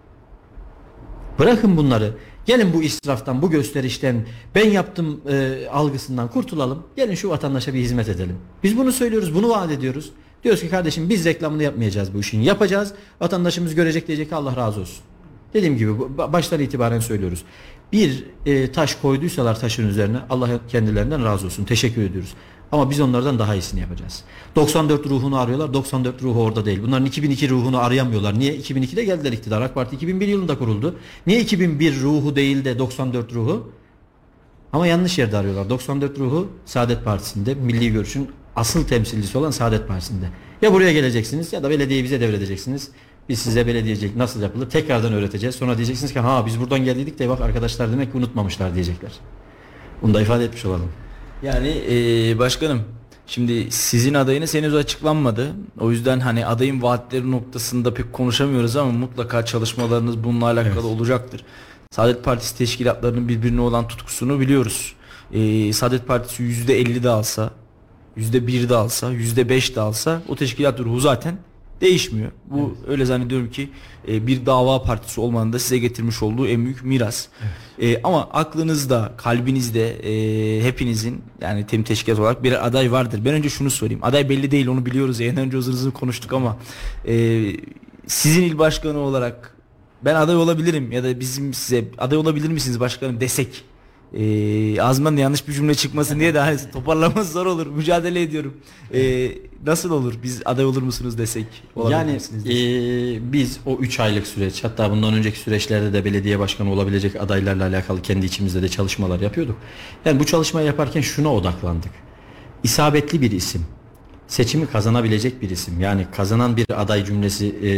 Bırakın bunları. Gelin bu israftan, bu gösterişten, ben yaptım e, algısından kurtulalım. Gelin şu vatandaşa bir hizmet edelim. Biz bunu söylüyoruz, bunu vaat ediyoruz. Diyoruz ki kardeşim biz reklamını yapmayacağız bu işin. Yapacağız. Vatandaşımız görecek, diyecek ki Allah razı olsun. Dediğim gibi baştan itibaren söylüyoruz. Bir e, taş koyduysalar taşın üzerine Allah kendilerinden razı olsun. Teşekkür ediyoruz. Ama biz onlardan daha iyisini yapacağız. doksan dört ruhunu arıyorlar. doksan dört ruhu orada değil. Bunların iki bin iki ruhunu arayamıyorlar. Niye? iki bin ikide geldiler iktidar. AK Parti iki bin bir yılında kuruldu. Niye iki bin bir ruhu değil de doksan dört ruhu? Ama yanlış yerde arıyorlar. doksan dört ruhu Saadet Partisi'nde, Milli Görüş'ün asıl temsilcisi olan Saadet Partisi'nde. Ya buraya geleceksiniz ya da belediyeyi bize devredeceksiniz. Biz size belediyecilik nasıl yapılır tekrardan öğreteceğiz. Sonra diyeceksiniz ki ha biz buradan geldiydik de bak arkadaşlar demek ki unutmamışlar diyecekler. Bunu da ifade etmiş olalım. Yani ee, başkanım şimdi sizin adayınız henüz açıklanmadı. O yüzden hani adayın vaatleri noktasında pek konuşamıyoruz ama mutlaka çalışmalarınız bununla alakalı evet. olacaktır. Saadet Partisi teşkilatlarının birbirine olan tutkusunu biliyoruz. Ee, Saadet Partisi yüzde elli de alsa, yüzde bir de alsa, yüzde beş de alsa o teşkilat ruhu zaten değişmiyor. Bu evet. öyle zannediyorum ki e, bir dava partisi olmanın da size getirmiş olduğu en büyük miras. Evet. E, ama aklınızda, kalbinizde e, hepinizin yani tem teşkilat olarak bir aday vardır. Ben önce şunu söyleyeyim. Aday belli değil, onu biliyoruz. En önce uzun uzun konuştuk ama e, sizin il başkanı olarak ben aday olabilirim ya da bizim size aday olabilir misiniz başkanım desek. Ee, ağzımdan da yanlış bir cümle çıkmasın diye de hani toparlaması zor olur. Mücadele ediyorum. Ee, nasıl olur? Biz aday olur musunuz desek? Yani e, biz o üç aylık süreç, hatta bundan önceki süreçlerde de belediye başkanı olabilecek adaylarla alakalı kendi içimizde de çalışmalar yapıyorduk. Yani bu çalışmayı yaparken şuna odaklandık. İsabetli bir isim, seçimi kazanabilecek bir isim. Yani kazanan bir aday cümlesi e,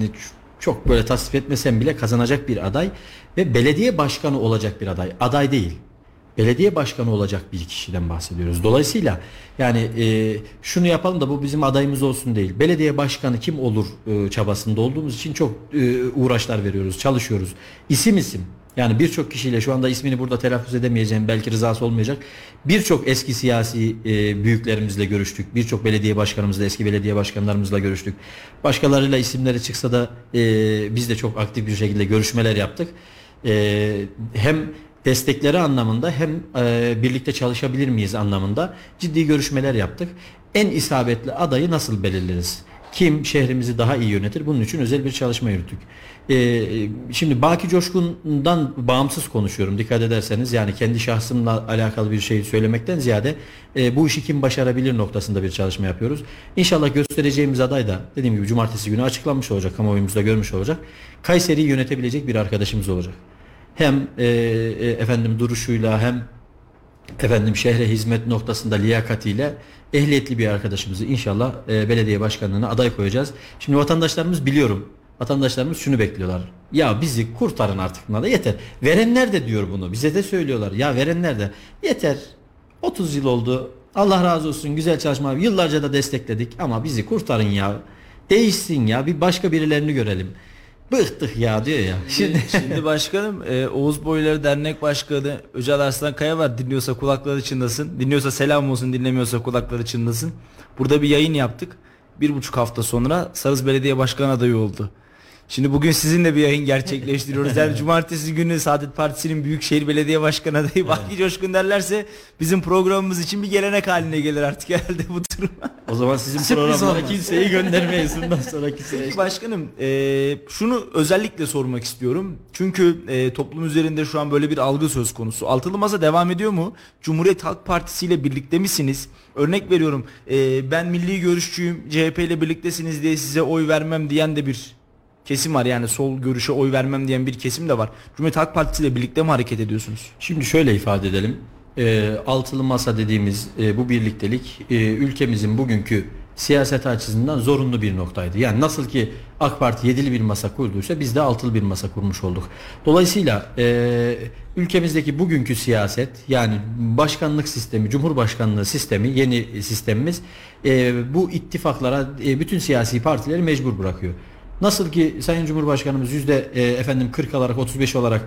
çok böyle tasvip etmesem bile kazanacak bir aday ve belediye başkanı olacak bir aday. Aday değil. Belediye başkanı olacak bir kişiden bahsediyoruz. Dolayısıyla yani e, şunu yapalım da bu bizim adayımız olsun değil. Belediye başkanı kim olur e, çabasında olduğumuz için çok e, uğraşlar veriyoruz, çalışıyoruz. İsim isim. Yani birçok kişiyle şu anda ismini burada telaffuz edemeyeceğim, belki rızası olmayacak. Birçok eski siyasi e, büyüklerimizle görüştük. Birçok belediye başkanımızla, eski belediye başkanlarımızla görüştük. Başkalarıyla isimleri çıksa da e, biz de çok aktif bir şekilde görüşmeler yaptık. E, hem destekleri anlamında hem e, birlikte çalışabilir miyiz anlamında ciddi görüşmeler yaptık. En isabetli adayı nasıl belirleriz? Kim şehrimizi daha iyi yönetir? Bunun için özel bir çalışma yürüttük. Ee, şimdi Baki Coşkun'dan bağımsız konuşuyorum dikkat ederseniz. Yani kendi şahsımla alakalı bir şey söylemekten ziyade e, bu işi kim başarabilir noktasında bir çalışma yapıyoruz. İnşallah göstereceğimiz aday da dediğim gibi cumartesi günü açıklanmış olacak, kamuoyumuzda görmüş olacak. Kayseri'yi yönetebilecek bir arkadaşımız olacak. Hem e, e, efendim duruşuyla hem efendim şehre hizmet noktasında liyakatiyle ehliyetli bir arkadaşımızı inşallah e, belediye başkanlığına aday koyacağız. Şimdi vatandaşlarımız biliyorum. Vatandaşlarımız şunu bekliyorlar. Ya bizi kurtarın artık buna da yeter. Verenler de diyor bunu. Bize de söylüyorlar. Ya verenler de yeter. otuz yıl oldu. Allah razı olsun. Güzel çalışma. Yıllarca da destekledik ama bizi kurtarın ya. Değişsin ya. Bir başka birilerini görelim. Bıktık ya diyor ya. Şimdi, şimdi başkanım e, Oğuz Boyları Dernek Başkanı Öcal Arslan Kaya var. Dinliyorsa kulakları çınlasın. Dinliyorsa selam olsun. Dinlemiyorsa kulakları çınlasın. Burada bir yayın yaptık. Bir buçuk hafta sonra Sarız Belediye Başkanı adayı oldu. Şimdi bugün sizinle bir yayın gerçekleştiriyoruz. Yani cumartesi günü Saadet Partisi'nin Büyükşehir Belediye Başkanı adayı Baki Coşkun derlerse bizim programımız için bir gelenek haline gelir artık herhalde bu durum. O zaman sizin programlara kimseyi göndermeyiz bundan sonraki süreçte. Peki başkanım, e, şunu özellikle sormak istiyorum. Çünkü e, toplum üzerinde şu an böyle bir algı söz konusu. Altılı Masa devam ediyor mu? Cumhuriyet Halk Partisi ile birlikte misiniz? Örnek veriyorum, e, ben milli görüşçüyüm, C H P ile birliktesiniz diye size oy vermem diyen de bir kesim var. Yani sol görüşe oy vermem diyen bir kesim de var. Cumhuriyet Halk Partisi ile birlikte mi hareket ediyorsunuz? Şimdi şöyle ifade edelim. E, altılı Masa dediğimiz e, bu birliktelik e, ülkemizin bugünkü siyaset açısından zorunlu bir noktaydı. Yani nasıl ki AK Parti yedili bir masa kurduysa biz de altılı bir masa kurmuş olduk. Dolayısıyla e, ülkemizdeki bugünkü siyaset, yani başkanlık sistemi, cumhurbaşkanlığı sistemi, yeni sistemimiz e, bu ittifaklara e, bütün siyasi partileri mecbur bırakıyor. Nasıl ki Sayın Cumhurbaşkanımız yüzde e, efendim kırk olarak, otuz beş olarak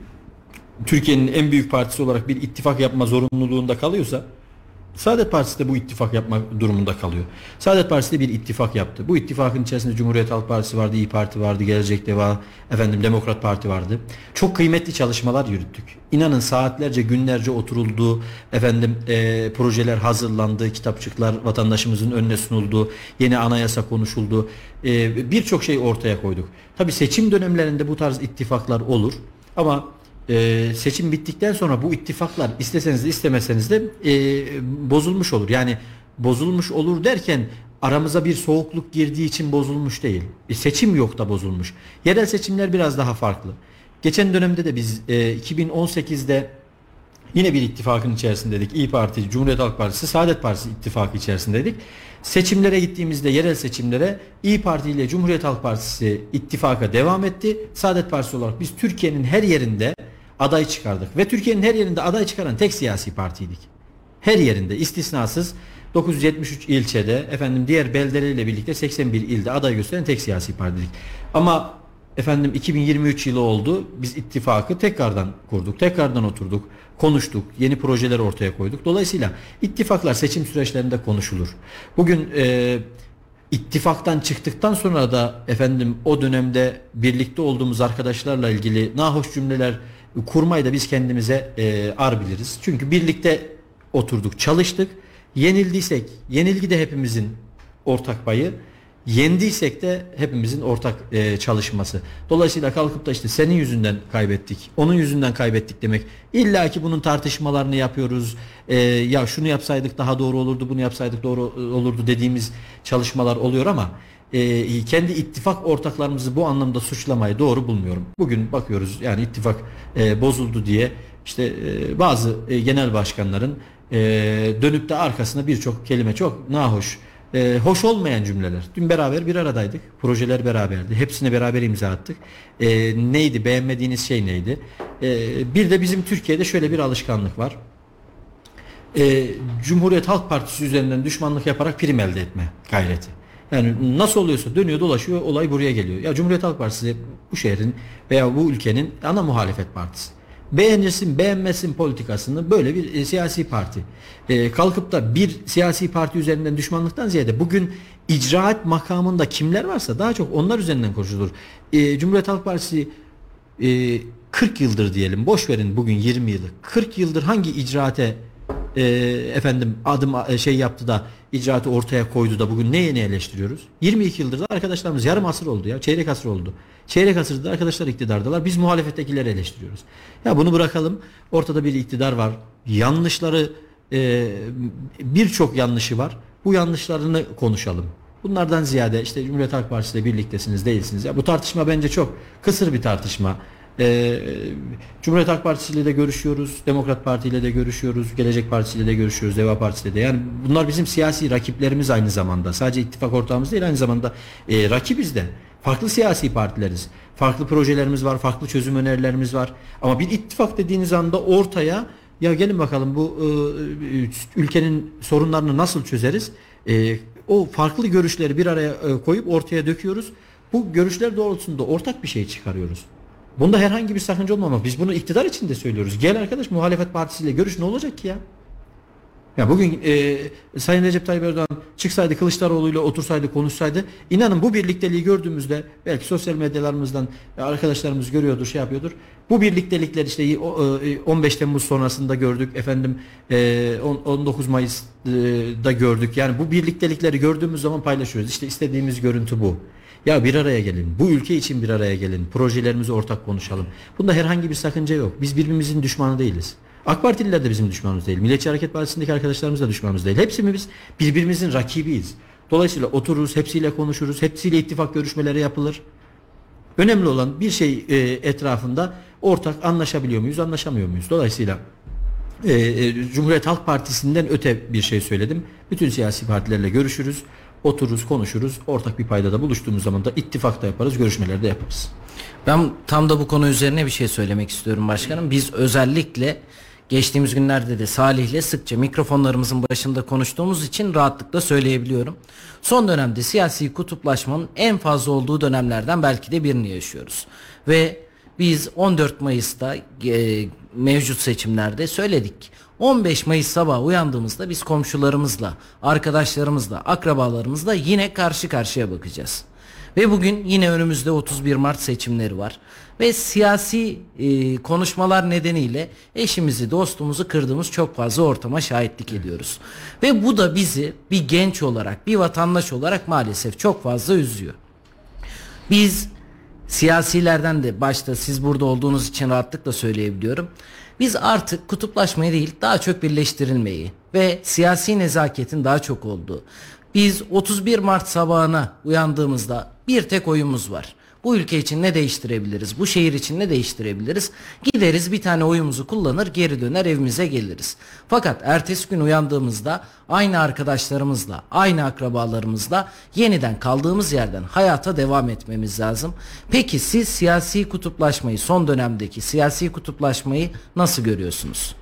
Türkiye'nin en büyük partisi olarak bir ittifak yapma zorunluluğunda kalıyorsa, Saadet Partisi de bu ittifak yapma durumunda kalıyor. Saadet Partisi de bir ittifak yaptı. Bu ittifakın içerisinde Cumhuriyet Halk Partisi vardı, İYİ Parti vardı, Gelecek Deva, efendim Demokrat Parti vardı. Çok kıymetli çalışmalar yürüttük. İnanın saatlerce, günlerce oturuldu, efendim e, projeler hazırlandı, kitapçıklar vatandaşımızın önüne sunuldu, yeni anayasa konuşuldu. E, Birçok şey ortaya koyduk. Tabii seçim dönemlerinde bu tarz ittifaklar olur ama Ee, seçim bittikten sonra bu ittifaklar isteseniz de istemeseniz de e, bozulmuş olur. Yani bozulmuş olur derken aramıza bir soğukluk girdiği için bozulmuş değil. E, seçim yok da bozulmuş. Yerel seçimler biraz daha farklı. Geçen dönemde de biz e, iki bin on sekizde yine bir ittifakın içerisindeydik. İYİ Parti, Cumhuriyet Halk Partisi, Saadet Partisi ittifakı içerisindeydik. Seçimlere gittiğimizde, yerel seçimlere İYİ Parti ile Cumhuriyet Halk Partisi ittifaka devam etti. Saadet Partisi olarak biz Türkiye'nin her yerinde aday çıkardık ve Türkiye'nin her yerinde aday çıkaran tek siyasi partiydik. Her yerinde istisnasız dokuz yüz yetmiş üç ilçede, efendim diğer beldeleriyle birlikte seksen bir ilde aday gösteren tek siyasi partiydik. Ama efendim iki bin yirmi üç yılı oldu. Biz ittifakı tekrardan kurduk. Tekrardan oturduk, konuştuk, yeni projeler ortaya koyduk. Dolayısıyla ittifaklar seçim süreçlerinde konuşulur. Bugün e, ittifaktan çıktıktan sonra da efendim o dönemde birlikte olduğumuz arkadaşlarla ilgili nahoş cümleler kurmayı da biz kendimize e, ar biliriz. Çünkü birlikte oturduk, çalıştık. Yenildiysek, yenilgi de hepimizin ortak payı. Yendiysek de hepimizin ortak e, çalışması. Dolayısıyla kalkıp da işte senin yüzünden kaybettik, onun yüzünden kaybettik demek. İlla ki bunun tartışmalarını yapıyoruz. E, ya şunu yapsaydık daha doğru olurdu, bunu yapsaydık doğru olurdu dediğimiz çalışmalar oluyor ama e, kendi ittifak ortaklarımızı bu anlamda suçlamayı doğru bulmuyorum. Bugün bakıyoruz yani ittifak e, bozuldu diye işte e, bazı e, genel başkanların e, dönüp de arkasına birçok kelime, çok nahoş, Ee, hoş olmayan cümleler. Dün beraber bir aradaydık. Projeler beraberdi. Hepsine beraber imza attık. Ee, neydi? Beğenmediğiniz şey neydi? Ee, bir de bizim Türkiye'de şöyle bir alışkanlık var. Ee, Cumhuriyet Halk Partisi üzerinden düşmanlık yaparak prim elde etme gayreti. Yani nasıl oluyorsa dönüyor dolaşıyor, olay buraya geliyor. Ya Cumhuriyet Halk Partisi bu şehrin veya bu ülkenin ana muhalefet partisi. Beğenirsin beğenmezsin politikasını böyle bir e, siyasi parti. E, kalkıp da bir siyasi parti üzerinden düşmanlıktan ziyade bugün icraat makamında kimler varsa daha çok onlar üzerinden konuşulur. E, Cumhuriyet Halk Partisi e, kırk yıldır diyelim, boş verin bugün yirmi yılı, kırk yıldır hangi icraate e, efendim adım e, şey yaptı da icraatı ortaya koydu da bugün ne yeni eleştiriyoruz? yirmi iki yıldır da arkadaşlarımız yarım asır oldu ya, çeyrek asır oldu. Çeyrek asırda arkadaşlar iktidardalar. Biz muhalefettekileri eleştiriyoruz. Ya bunu bırakalım. Ortada bir iktidar var. Yanlışları e, birçok yanlışı var. Bu yanlışlarını konuşalım. Bunlardan ziyade işte Cumhuriyet Halk Partisi ile birliktesiniz, değilsiniz. Ya bu tartışma bence çok kısır bir tartışma. Ee, Cumhuriyet Halk Partisi ile de görüşüyoruz, Demokrat Parti ile de görüşüyoruz, Gelecek Partisi ile de görüşüyoruz, Deva Partisi ile de. Yani bunlar bizim siyasi rakiplerimiz aynı zamanda. Sadece ittifak ortağımız değil, aynı zamanda e, rakibiz de. Farklı siyasi partileriz. Farklı projelerimiz var, farklı çözüm önerilerimiz var. Ama bir ittifak dediğiniz anda ortaya ya gelin bakalım bu e, ülkenin sorunlarını nasıl çözeriz? E, o farklı görüşleri bir araya e, koyup ortaya döküyoruz. Bu görüşler doğrultusunda ortak bir şey çıkarıyoruz. Bunda herhangi bir sakınca olmamak. Biz bunu iktidar için de söylüyoruz. Gel arkadaş muhalefet partisiyle görüş, ne olacak ki ya? Ya bugün e, Sayın Recep Tayyip Erdoğan çıksaydı, Kılıçdaroğlu'yla otursaydı, konuşsaydı, inanın bu birlikteliği gördüğümüzde, belki sosyal medyalarımızdan arkadaşlarımız görüyordur, şey yapıyordur. Bu birliktelikler işte on beş Temmuz sonrasında gördük, efendim on dokuz Mayıs'da gördük. Yani bu birliktelikleri gördüğümüz zaman paylaşıyoruz. İşte istediğimiz görüntü bu. Ya bir araya gelin, bu ülke için bir araya gelin, projelerimizi ortak konuşalım. Bunda herhangi bir sakınca yok. Biz birbirimizin düşmanı değiliz. AK Partililer de bizim düşmanımız değil. Milliyetçi Hareket Partisi'ndeki arkadaşlarımız da düşmanımız değil. Hepsimiz birbirimizin rakibiyiz. Dolayısıyla otururuz, hepsiyle konuşuruz, hepsiyle ittifak görüşmeleri yapılır. Önemli olan bir şey e, etrafında ortak anlaşabiliyor muyuz, anlaşamıyor muyuz? Dolayısıyla e, e, Cumhuriyet Halk Partisi'nden öte bir şey söyledim. Bütün siyasi partilerle görüşürüz, otururuz, konuşuruz. Ortak bir paydada buluştuğumuz zaman da ittifak da yaparız, görüşmeler de yaparız. Ben tam da bu konu üzerine bir şey söylemek istiyorum başkanım. Biz özellikle geçtiğimiz günlerde de Salih'le sıkça mikrofonlarımızın başında konuştuğumuz için rahatlıkla söyleyebiliyorum. Son dönemde siyasi kutuplaşmanın en fazla olduğu dönemlerden belki de birini yaşıyoruz. Ve biz on dört Mayıs'ta e, mevcut seçimlerde söyledik. on beş Mayıs sabahı uyandığımızda biz komşularımızla, arkadaşlarımızla, akrabalarımızla yine karşı karşıya bakacağız. Ve bugün yine önümüzde otuz bir Mart seçimleri var. Ve siyasi e, konuşmalar nedeniyle eşimizi, dostumuzu kırdığımız çok fazla ortama şahitlik ediyoruz. Ve bu da bizi bir genç olarak, bir vatandaş olarak maalesef çok fazla üzüyor. Biz siyasilerden de, başta siz burada olduğunuz için rahatlıkla söyleyebiliyorum, biz artık kutuplaşmayı değil, daha çok birleştirilmeyi ve siyasi nezaketin daha çok olduğu. Biz otuz bir Mart sabahına uyandığımızda bir tek oyumuz var. Bu ülke için ne değiştirebiliriz? Bu şehir için ne değiştirebiliriz? Gideriz, bir tane oyumuzu kullanır, geri döner, evimize geliriz. Fakat ertesi gün uyandığımızda aynı arkadaşlarımızla, aynı akrabalarımızla yeniden kaldığımız yerden hayata devam etmemiz lazım. Peki siz siyasi kutuplaşmayı, son dönemdeki siyasi kutuplaşmayı nasıl görüyorsunuz?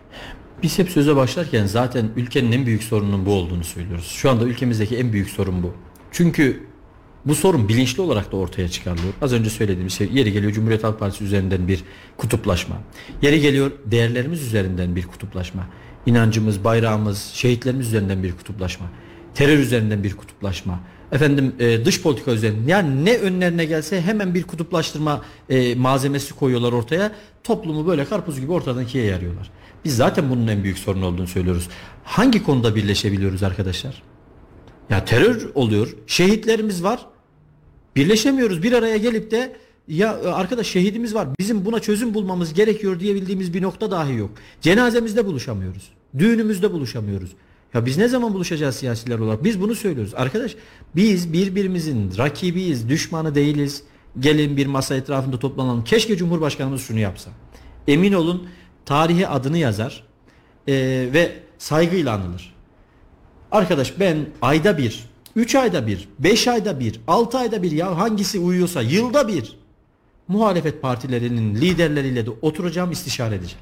Biz hep söze başlarken zaten ülkenin en büyük sorununun bu olduğunu söylüyoruz. Şu anda ülkemizdeki en büyük sorun bu. Çünkü bu sorun bilinçli olarak da ortaya çıkarılıyor. Az önce söylediğim şey, yeri geliyor Cumhuriyet Halk Partisi üzerinden bir kutuplaşma. Yeri geliyor değerlerimiz üzerinden bir kutuplaşma. İnancımız, bayrağımız, şehitlerimiz üzerinden bir kutuplaşma. Terör üzerinden bir kutuplaşma. Efendim e, dış politika üzerinden, yani ne önlerine gelse hemen bir kutuplaştırma e, malzemesi koyuyorlar ortaya. Toplumu böyle karpuz gibi ortadan ikiye yarıyorlar. Biz zaten bunun en büyük sorun olduğunu söylüyoruz. Hangi konuda birleşebiliyoruz arkadaşlar? Ya terör oluyor, şehitlerimiz var. Birleşemiyoruz, bir araya gelip de ya arkadaş şehidimiz var, bizim buna çözüm bulmamız gerekiyor diyebildiğimiz bir nokta dahi yok. Cenazemizde buluşamıyoruz. Düğünümüzde buluşamıyoruz. Ya biz ne zaman buluşacağız siyasiler olarak? Biz bunu söylüyoruz. Arkadaş biz birbirimizin rakibiyiz, düşmanı değiliz. Gelin bir masa etrafında toplanalım. Keşke Cumhurbaşkanımız şunu yapsa. Emin olun tarihe adını yazar e, ve saygıyla anılır. Arkadaş ben ayda bir, üç ayda bir, beş ayda bir, altı ayda bir, ya hangisi uyuyorsa yılda bir muhalefet partilerinin liderleriyle de oturacağım, istişare edeceğim.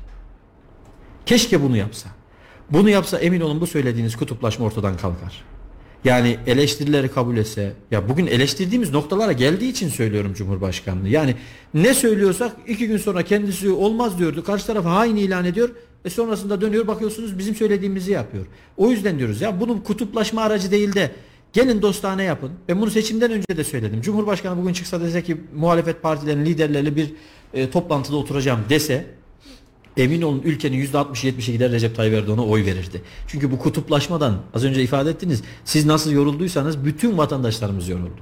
Keşke bunu yapsa. Bunu yapsa emin olun bu söylediğiniz kutuplaşma ortadan kalkar. Yani eleştirileri kabul etse, ya bugün eleştirdiğimiz noktalara geldiği için söylüyorum Cumhurbaşkanlığı. Yani ne söylüyorsak iki gün sonra kendisi olmaz diyordu. Karşı taraf hain ilan ediyor. E sonrasında dönüyor, bakıyorsunuz bizim söylediğimizi yapıyor. O yüzden diyoruz ya bunun kutuplaşma aracı değil de gelin dostane yapın. Ben bunu seçimden önce de söyledim. Cumhurbaşkanı bugün çıksa dese ki muhalefet partilerinin liderleriyle bir e, toplantıda oturacağım dese, emin olun ülkenin yüzde altmış yetmişi gider Recep Tayyip Erdoğan'a oy verirdi. Çünkü bu kutuplaşmadan az önce ifade ettiniz. Siz nasıl yorulduysanız bütün vatandaşlarımız yoruldu.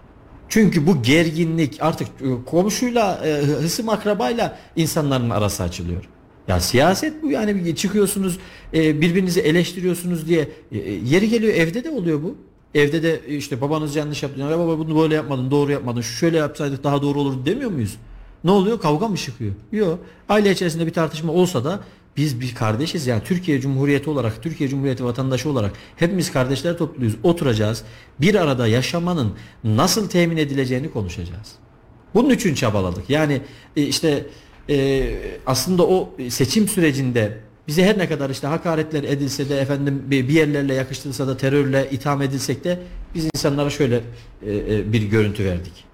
Çünkü bu gerginlik artık komşuyla, hısım akrabayla insanların arası açılıyor. Ya siyaset bu, yani çıkıyorsunuz birbirinizi eleştiriyorsunuz diye, yeri geliyor evde de oluyor bu. Evde de işte babanız yanlış yaptı. Ya baba bunu böyle yapmadın, doğru yapmadın. Şöyle yapsaydık daha doğru olurdu demiyor muyuz? Ne oluyor? Kavga mı çıkıyor? Yok. Aile içerisinde bir tartışma olsa da biz bir kardeşiz. Yani Türkiye Cumhuriyeti olarak, Türkiye Cumhuriyeti vatandaşı olarak hepimiz kardeşler topluyuz. Oturacağız. Bir arada yaşamanın nasıl temin edileceğini konuşacağız. Bunun için çabaladık. Yani işte e, aslında o seçim sürecinde bize her ne kadar işte hakaretler edilse de, efendim bir yerlerle yakıştırılsa da, terörle itham edilsek de biz insanlara şöyle e, bir görüntü verdik.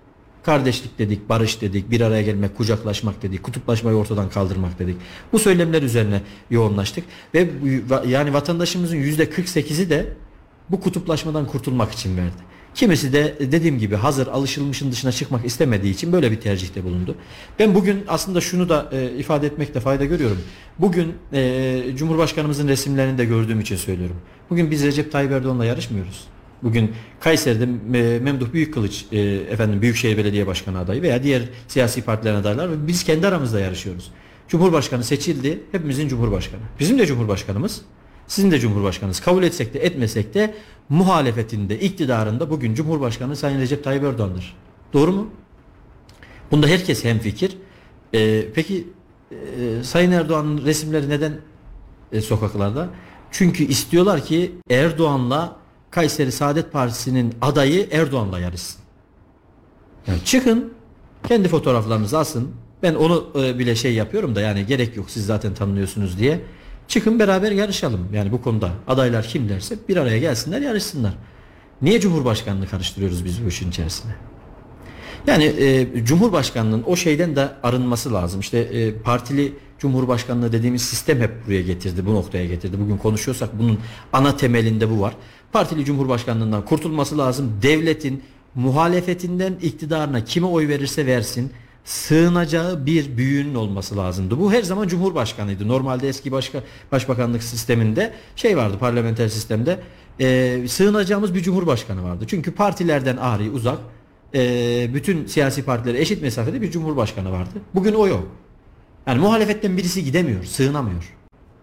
Kardeşlik dedik, barış dedik, bir araya gelmek, kucaklaşmak dedik, kutuplaşmayı ortadan kaldırmak dedik. Bu söylemler üzerine yoğunlaştık ve yani vatandaşımızın yüzde kırk sekizi de bu kutuplaşmadan kurtulmak için verdi. Kimisi de dediğim gibi hazır alışılmışın dışına çıkmak istemediği için böyle bir tercihte bulundu. Ben bugün aslında şunu da e, ifade etmekte fayda görüyorum. Bugün e, Cumhurbaşkanımızın resimlerini de gördüğüm için söylüyorum. Bugün biz Recep Tayyip Erdoğan'la yarışmıyoruz. Bugün Kayseri'de e, Memduh Büyükkılıç e, efendim Büyükşehir Belediye Başkanı adayı veya diğer siyasi partilerin adaylar ve biz kendi aramızda yarışıyoruz. Cumhurbaşkanı seçildi. Hepimizin Cumhurbaşkanı. Bizim de Cumhurbaşkanımız. Sizin de Cumhurbaşkanınız. Kabul etsek de etmesek de muhalefetinde, iktidarında bugün Cumhurbaşkanı Sayın Recep Tayyip Erdoğan'dır. Doğru mu? Bunda herkes hemfikir. Ee, peki e, Sayın Erdoğan'ın resimleri neden e, sokaklarda? Çünkü istiyorlar ki Erdoğan'la Kayseri Saadet Partisi'nin adayı Erdoğan'la yarışsın. Yani çıkın, kendi fotoğraflarınızı asın. Ben onu e, bile şey yapıyorum da yani gerek yok, siz zaten tanınıyorsunuz diye. Çıkın beraber yarışalım. Yani bu konuda adaylar kim derse bir araya gelsinler, yarışsınlar. Niye Cumhurbaşkanlığı karıştırıyoruz biz bu işin içerisine? Yani e, Cumhurbaşkanlığının o şeyden de arınması lazım. İşte e, partili Cumhurbaşkanlığı dediğimiz sistem hep buraya getirdi, bu noktaya getirdi. Bugün konuşuyorsak bunun ana temelinde bu var. Partili Cumhurbaşkanlığından kurtulması lazım. Devletin muhalefetinden iktidarına kime oy verirse versin, sığınacağı bir büyüğünün olması lazımdı. Bu her zaman Cumhurbaşkanıydı. Normalde eski başka, başbakanlık sisteminde şey vardı, parlamenter sistemde e, sığınacağımız bir Cumhurbaşkanı vardı. Çünkü partilerden ayrı, uzak, e, bütün siyasi partilere eşit mesafede bir Cumhurbaşkanı vardı. Bugün o yok. Yani muhalefetten birisi gidemiyor, sığınamıyor.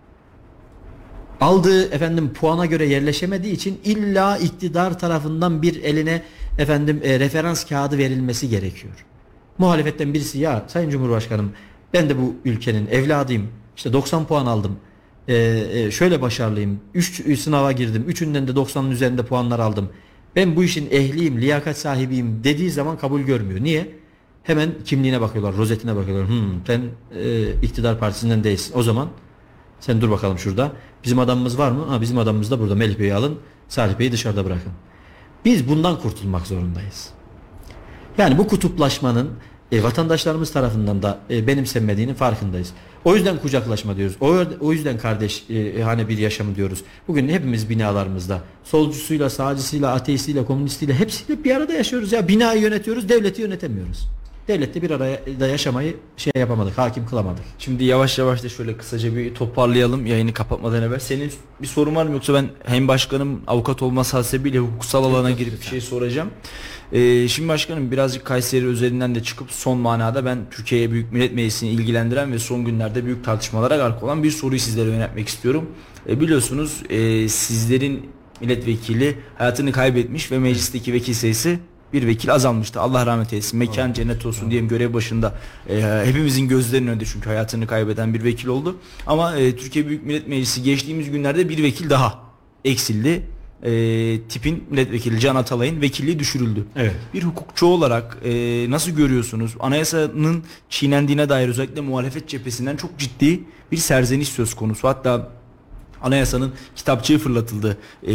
Aldığı efendim puana göre yerleşemediği için illa iktidar tarafından bir eline efendim e, referans kağıdı verilmesi gerekiyor. Muhalefetten birisi ya Sayın Cumhurbaşkanım ben de bu ülkenin evladıyım, işte doksan puan aldım, ee, e, şöyle başarılıyım, üç sınava girdim, üçünden de doksanın üzerinde puanlar aldım, ben bu işin ehliyim, liyakat sahibiyim dediği zaman kabul görmüyor. Niye? Hemen kimliğine bakıyorlar, rozetine bakıyorlar. Hmm, sen e, iktidar partisinden değilsin, o zaman sen dur bakalım şurada, bizim adamımız var mı? Ha, bizim adamımız da burada, Melih Bey'i alın, Salih Bey'i dışarıda bırakın. Biz bundan kurtulmak zorundayız. Yani bu kutuplaşmanın e, vatandaşlarımız tarafından da e, benimsenmediğinin farkındayız. O yüzden kucaklaşma diyoruz. O, o yüzden kardeş e, hani bir yaşam diyoruz. Bugün hepimiz binalarımızda solcusuyla, sağcısıyla, ateistiyle, komünistiyle hepsiyle bir arada yaşıyoruz. Ya binayı yönetiyoruz, devleti yönetemiyoruz. Devlette bir arada yaşamayı şey yapamadık, hakim kılamadık. Şimdi yavaş yavaş da şöyle kısaca bir toparlayalım yayını kapatmadan evvel. Senin bir sorun var mı, yoksa ben hem başkanım avukat olması hasebiyle hukuksal alana girip bir şey soracağım. Ee, şimdi başkanım birazcık Kayseri üzerinden de çıkıp son manada ben Türkiye Büyük Millet Meclisi'ni ilgilendiren ve son günlerde büyük tartışmalara gark olan bir soruyu sizlere yöneltmek istiyorum. Ee, biliyorsunuz e, sizlerin milletvekili hayatını kaybetmiş ve meclisteki vekil sayısı bir vekil azalmıştı. Allah rahmet eylesin. Mekan cennet olsun diyeyim, görev başında e, hepimizin gözlerinin önünde çünkü hayatını kaybeden bir vekil oldu. Ama e, Türkiye Büyük Millet Meclisi geçtiğimiz günlerde bir vekil daha eksildi. E, tipin milletvekili Can Atalay'ın vekilliği düşürüldü. Evet. Bir hukukçu olarak e, nasıl görüyorsunuz? Anayasanın çiğnendiğine dair özellikle muhalefet cephesinden çok ciddi bir serzeniş söz konusu. Hatta anayasanın kitapçığı fırlatıldı. E,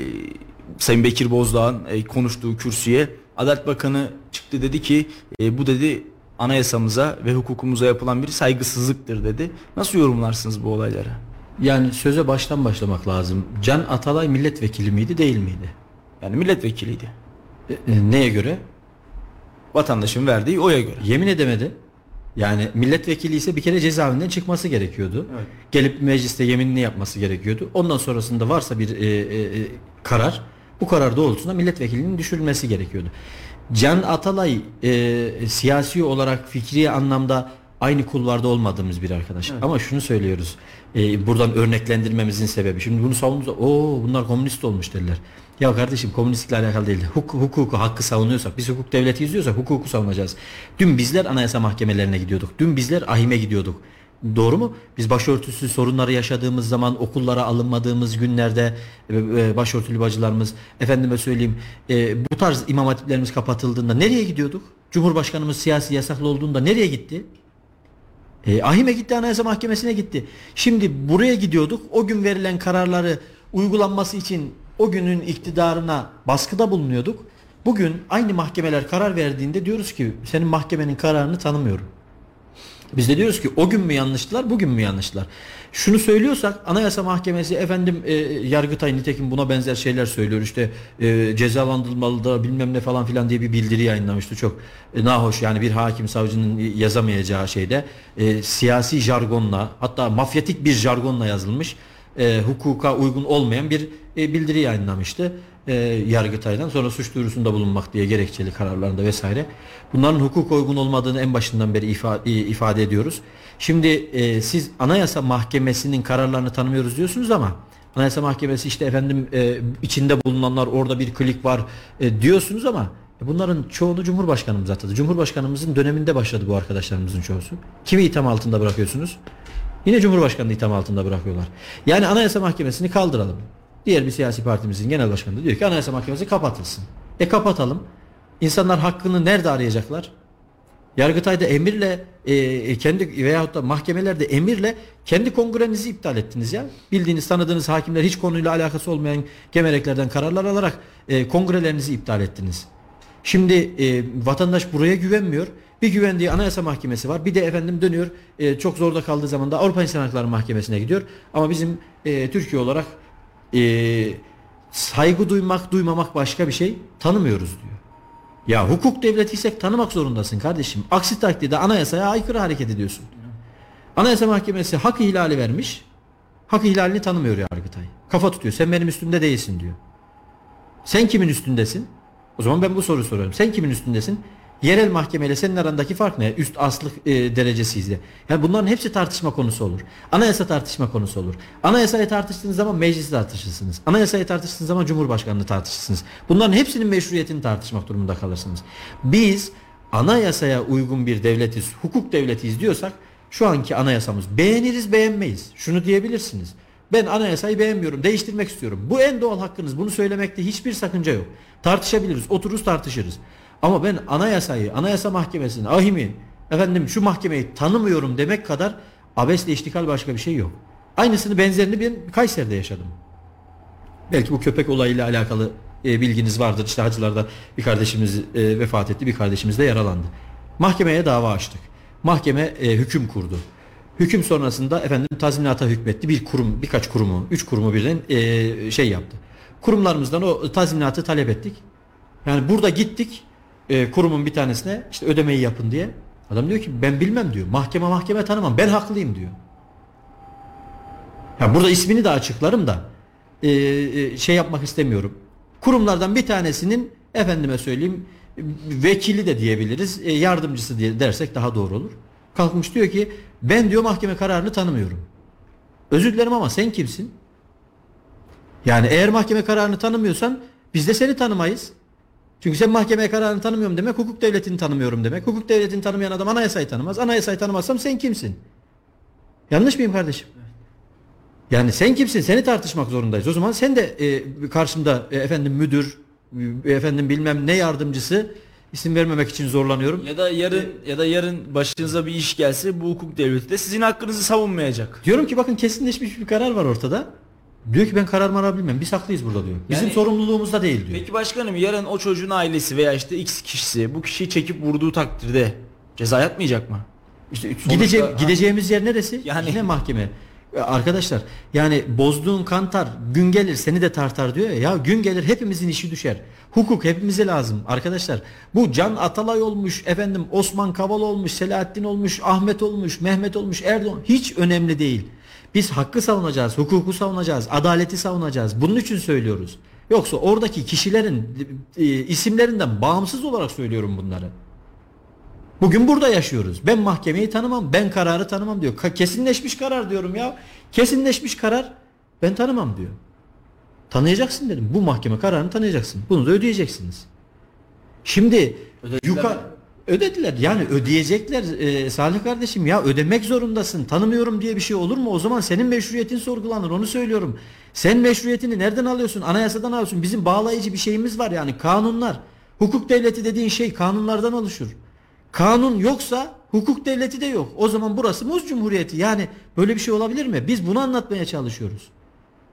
Sayın Bekir Bozdağ'ın e, konuştuğu kürsüye Adalet Bakanı çıktı, dedi ki e, bu dedi anayasamıza ve hukukumuza yapılan bir saygısızlıktır dedi. Nasıl yorumlarsınız bu olayları? Yani söze baştan başlamak lazım. Can Atalay milletvekili miydi, değil miydi? Yani milletvekiliydi. E, e, neye göre? Vatandaşın verdiği oya göre. Yemin edemedi. Yani milletvekili ise bir kere cezaevinden çıkması gerekiyordu. Evet. Gelip mecliste yeminini yapması gerekiyordu. Ondan sonrasında varsa bir e, e, karar, bu karar doğrultusunda milletvekilinin düşürülmesi gerekiyordu. Can Atalay e, siyasi olarak fikri anlamda aynı kulvarda olmadığımız bir arkadaş. Evet. Ama şunu söylüyoruz. E, buradan örneklendirmemizin sebebi. Şimdi bunu savunduğumuzda o bunlar komünist olmuş dediler. Ya kardeşim, komünistlikle alakalı değil. Huk, hukuku, hakkı savunuyorsak, biz hukuk devleti izliyorsak hukuku savunacağız. Dün bizler anayasa mahkemelerine gidiyorduk. Dün bizler ahime gidiyorduk. Doğru mu? Biz başörtüsü sorunları yaşadığımız zaman, okullara alınmadığımız günlerde başörtülü bacılarımız, efendime söyleyeyim, bu tarz imam hatiplerimiz kapatıldığında nereye gidiyorduk? Cumhurbaşkanımız siyasi yasaklı olduğunda nereye gitti? E, ahime gitti, anayasa mahkemesine gitti. Şimdi buraya gidiyorduk. O gün verilen kararları uygulanması için o günün iktidarına baskıda bulunuyorduk. Bugün aynı mahkemeler karar verdiğinde diyoruz ki senin mahkemenin kararını tanımıyorum. Biz de diyoruz ki o gün mü yanlıştılar, bugün mü yanlıştılar? Şunu söylüyorsak Anayasa Mahkemesi efendim e, Yargıtay nitekim buna benzer şeyler söylüyor. İşte e, cezalandırılmalı da bilmem ne falan filan diye bir bildiri yayınlamıştı. Çok e, nahoş, yani bir hakim savcının yazamayacağı şeyde e, siyasi jargonla, hatta mafyatik bir jargonla yazılmış, e, hukuka uygun olmayan bir e, bildiri yayınlamıştı. E, Yargıtay'dan sonra suç duyurusunda bulunmak diye gerekçeli kararlarında vesaire. Bunların hukuka uygun olmadığını en başından beri ifade, ifade ediyoruz. Şimdi e, siz Anayasa Mahkemesi'nin kararlarını tanımıyoruz diyorsunuz ama Anayasa Mahkemesi işte efendim e, içinde bulunanlar, orada bir klik var e, diyorsunuz ama bunların çoğunu Cumhurbaşkanımız atadı. Cumhurbaşkanımızın döneminde başladı bu arkadaşlarımızın çoğusu. Kimi itham altında bırakıyorsunuz? Yine Cumhurbaşkanı'nı itham altında bırakıyorlar. Yani Anayasa Mahkemesi'ni kaldıralım. Diğer bir siyasi partimizin genel başkanı da diyor ki Anayasa Mahkemesi kapatılsın. E kapatalım. İnsanlar hakkını nerede arayacaklar? Yargıtay'da emirle e, kendi veyahut da mahkemelerde emirle kendi kongrenizi iptal ettiniz ya. Bildiğiniz, tanıdığınız hakimler hiç konuyla alakası olmayan gemereklerden kararlar alarak e, kongrelerinizi iptal ettiniz. Şimdi e, vatandaş buraya güvenmiyor. Bir güvendiği Anayasa Mahkemesi var. Bir de efendim dönüyor e, çok zorda kaldığı zaman da Avrupa İnsan Hakları Mahkemesi'ne gidiyor. Ama bizim e, Türkiye olarak e, saygı duymak, duymamak başka bir şey, tanımıyoruz diyor. Ya hukuk devletiysek tanımak zorundasın kardeşim. Aksi takdirde anayasaya aykırı hareket ediyorsun. Anayasa Mahkemesi hak ihlali vermiş. Hak ihlalini tanımıyor Yargıtay. Kafa tutuyor. Sen benim üstümde değilsin diyor. Sen kimin üstündesin? O zaman ben bu soruyu soruyorum. Sen kimin üstündesin? Yerel mahkemeyle senin arandaki fark ne? Üst aslık e, derecesiyiz de. Yani bunların hepsi tartışma konusu olur. Anayasa tartışma konusu olur. Anayasayı tartıştığınız zaman meclisi tartışırsınız. Anayasayı tartıştığınız zaman Cumhurbaşkanlığı tartışırsınız. Bunların hepsinin meşruiyetini tartışmak durumunda kalırsınız. Biz anayasaya uygun bir devletiz, hukuk devletiyiz diyorsak şu anki anayasamız, beğeniriz beğenmeyiz. Şunu diyebilirsiniz. Ben anayasayı beğenmiyorum, değiştirmek istiyorum. Bu en doğal hakkınız. Bunu söylemekte hiçbir sakınca yok. Tartışabiliriz, otururuz tartışırız. Ama ben anayasayı, Anayasa Mahkemesi'ni, ahimi, efendim şu mahkemeyi tanımıyorum demek kadar abesle iştikal başka bir şey yok. Aynısını, benzerini ben Kayseri'de yaşadım. Belki bu köpek olayıyla alakalı e, bilginiz vardır. İşte hacılarda bir kardeşimiz e, vefat etti, bir kardeşimiz de yaralandı. Mahkemeye dava açtık. Mahkeme e, hüküm kurdu. Hüküm sonrasında efendim tazminata hükmetti. Bir kurum, birkaç kurumu, üç kurumu birden e, şey yaptı. Kurumlarımızdan o tazminatı talep ettik. Yani burada gittik. E, kurumun bir tanesine işte ödemeyi yapın diye. Adam diyor ki ben bilmem diyor. Mahkeme mahkeme tanımam. Ben haklıyım diyor. Ya burada ismini de açıklarım da e, e, şey yapmak istemiyorum. Kurumlardan bir tanesinin efendime söyleyeyim vekili de diyebiliriz. E, yardımcısı diye dersek daha doğru olur. Kalkmış diyor ki ben diyor mahkeme kararını tanımıyorum. Özür dilerim ama sen kimsin? Yani eğer mahkeme kararını tanımıyorsan biz de seni tanımayız. Çünkü sen mahkeme kararını tanımıyorum demek, hukuk devletini tanımıyorum demek. Hukuk devletini tanımayan adam anayasayı tanımaz. Anayasayı tanımazsam sen kimsin? Yanlış mıyım kardeşim? Yani sen kimsin? Seni tartışmak zorundayız. O zaman sen de e, karşımda e, efendim müdür, e, efendim bilmem ne yardımcısı, isim vermemek için zorlanıyorum. Ya da yarın e, ya da yarın başınıza bir iş gelse bu hukuk devleti de sizin hakkınızı savunmayacak. Diyorum ki bakın kesinleşmiş bir karar var ortada. Diyor ki ben karar marar bilmem. Biz haklıyız burada diyor. Bizim yani, sorumluluğumuzda değil diyor. Peki başkanım, yarın o çocuğun ailesi veya işte X kişisi bu kişiyi çekip vurduğu takdirde ceza yatmayacak mı? İşte gideceğim, gideceğimiz yer neresi? Yani yine mahkeme. Arkadaşlar yani bozduğun kantar gün gelir seni de tartar diyor ya. Ya gün gelir hepimizin işi düşer. Hukuk hepimize lazım arkadaşlar. Bu Can Atalay olmuş, efendim Osman Kavala olmuş, Selahattin olmuş, Ahmet olmuş, Mehmet olmuş, Erdoğan, hiç önemli değil. Biz hakkı savunacağız, hukuku savunacağız, adaleti savunacağız. Bunun için söylüyoruz. Yoksa oradaki kişilerin e, isimlerinden bağımsız olarak söylüyorum bunları. Bugün burada yaşıyoruz. Ben mahkemeyi tanımam, ben kararı tanımam diyor. Ka- kesinleşmiş karar diyorum ya. Kesinleşmiş karar ben tanımam diyor. Tanıyacaksın dedim. Bu mahkeme kararını tanıyacaksın. Bunu da ödeyeceksiniz. Şimdi yukarı ödediler. Yani ödeyecekler e, Salih kardeşim ya, ödemek zorundasın. Tanımıyorum diye bir şey olur mu? O zaman senin meşruiyetin sorgulanır. Onu söylüyorum. Sen meşruiyetini nereden alıyorsun? Anayasadan alıyorsun. Bizim bağlayıcı bir şeyimiz var yani kanunlar. Hukuk devleti dediğin şey kanunlardan oluşur. Kanun yoksa hukuk devleti de yok. O zaman burası muz cumhuriyeti. Yani böyle bir şey olabilir mi? Biz bunu anlatmaya çalışıyoruz.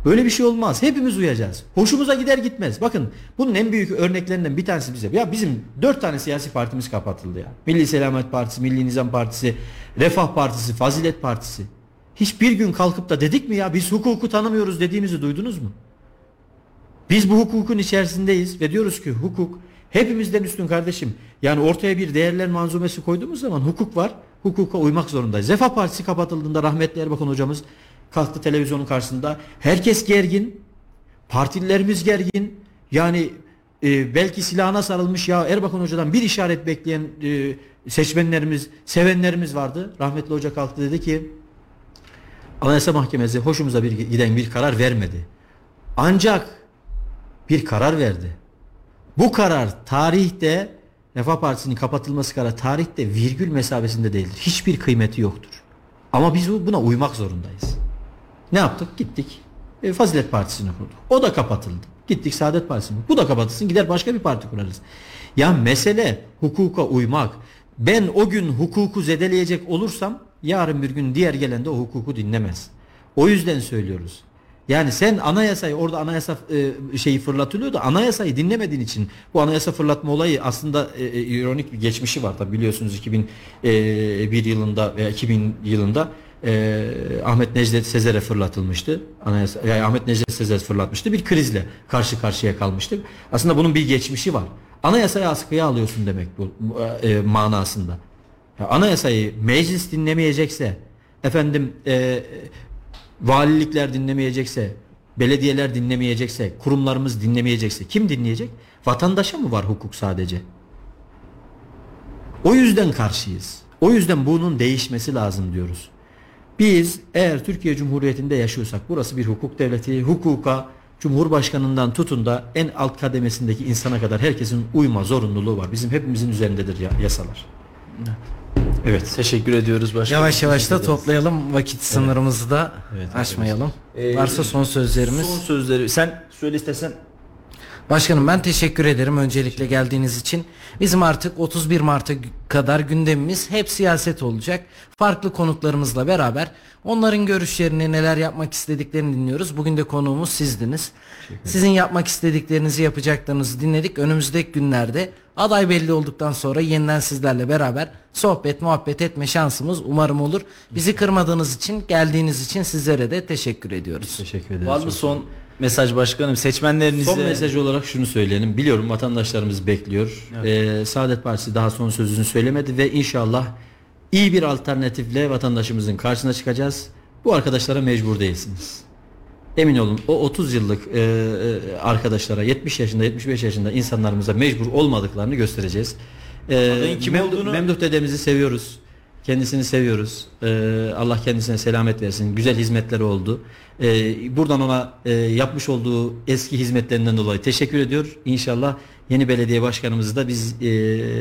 Böyle bir şey olmaz. Hepimiz uyacağız. Hoşumuza gider gitmez. Bakın bunun en büyük örneklerinden bir tanesi bize. Ya bizim dört tane siyasi partimiz kapatıldı ya. Milli Selamet Partisi, Milli Nizam Partisi, Refah Partisi, Fazilet Partisi. Hiçbir gün kalkıp da dedik mi ya biz hukuku tanımıyoruz dediğimizi duydunuz mu? Biz bu hukukun içerisindeyiz ve diyoruz ki hukuk hepimizden üstün kardeşim. Yani ortaya bir değerler manzumesi koyduğumuz zaman hukuk var. Hukuka uymak zorundayız. Refah Partisi kapatıldığında rahmetli Erbakan hocamız kalktı televizyonun karşısında. Herkes gergin. Partililerimiz gergin. Yani e, belki silahına sarılmış ya Erbakan hocadan bir işaret bekleyen e, seçmenlerimiz, sevenlerimiz vardı. Rahmetli hoca kalktı dedi ki Anayasa Mahkemesi hoşumuza bir giden bir karar vermedi. Ancak bir karar verdi. Bu karar tarihte Refah Partisi'nin kapatılması kararı tarihte virgül mesabesinde değildir. Hiçbir kıymeti yoktur. Ama biz buna uymak zorundayız. Ne yaptık? Gittik. E, Fazilet Partisi'ni kurduk. O da kapatıldı. Gittik Saadet Partisi'ni. Bu da kapatılsın. Gider başka bir parti kurarız. Ya mesele hukuka uymak. Ben o gün hukuku zedeleyecek olursam yarın bir gün diğer gelen de o hukuku dinlemez. O yüzden söylüyoruz. Yani sen anayasayı orada anayasa e, şeyi fırlatılıyor da anayasayı dinlemediğin için bu anayasa fırlatma olayı aslında e, e, ironik bir geçmişi var tabi biliyorsunuz iki bin bir yılında veya iki bin yılında e, Ahmet Necdet Sezer'e fırlatılmıştı. Anayasa yani Ahmet Necdet Sezer fırlatmıştı. Bir krizle karşı karşıya kalmıştık. Aslında bunun bir geçmişi var. Anayasayı askıya alıyorsun demek bu e, manasında. Ya, anayasayı meclis dinlemeyecekse efendim e, valilikler dinlemeyecekse, belediyeler dinlemeyecekse, kurumlarımız dinlemeyecekse kim dinleyecek? Vatandaşa mı var hukuk sadece? O yüzden karşıyız. O yüzden bunun değişmesi lazım diyoruz. Biz eğer Türkiye Cumhuriyeti'nde yaşıyorsak burası bir hukuk devleti, hukuka Cumhurbaşkanından tutun da en alt kademesindeki insana kadar herkesin uyma zorunluluğu var. Bizim hepimizin üzerindedir ya, yasalar. Evet. Evet. Teşekkür ediyoruz başkanım. Yavaş yavaş da toplayalım. Vakit sınırımızı da Evet, aşmayalım. Ee, Varsa son sözlerimiz. Son sözleri sen söyle istersen. Başkanım ben teşekkür ederim öncelikle geldiğiniz için. Bizim artık otuz bir Mart'a kadar gündemimiz hep siyaset olacak. Farklı konuklarımızla beraber onların görüşlerini, neler yapmak istediklerini dinliyoruz. Bugün de konuğumuz sizdiniz. Sizin yapmak istediklerinizi, yapacaklarınızı dinledik. Önümüzdeki günlerde aday belli olduktan sonra yeniden sizlerle beraber sohbet, muhabbet etme şansımız umarım olur. Bizi kırmadığınız için, geldiğiniz için sizlere de teşekkür ediyoruz. Teşekkür ederiz. Var mı son mesaj başkanım seçmenlerinize? Son mesaj olarak şunu söyleyelim. Biliyorum vatandaşlarımız bekliyor. Evet. Ee, Saadet Partisi daha son sözünü söylemedi ve inşallah iyi bir alternatifle vatandaşımızın karşısına çıkacağız. Bu arkadaşlara mecbur değilsiniz. Emin olun o otuz yıllık e, arkadaşlara yetmiş yaşında yetmiş beş yaşında insanlarımıza mecbur olmadıklarını göstereceğiz. E, kim Memduh, olduğunu... Memduh dedemizi seviyoruz. Kendisini seviyoruz. Ee, Allah kendisine selamet versin. Güzel hizmetleri oldu. Ee, buradan ona e, yapmış olduğu eski hizmetlerinden dolayı teşekkür ediyor. İnşallah yeni belediye başkanımızı da biz e,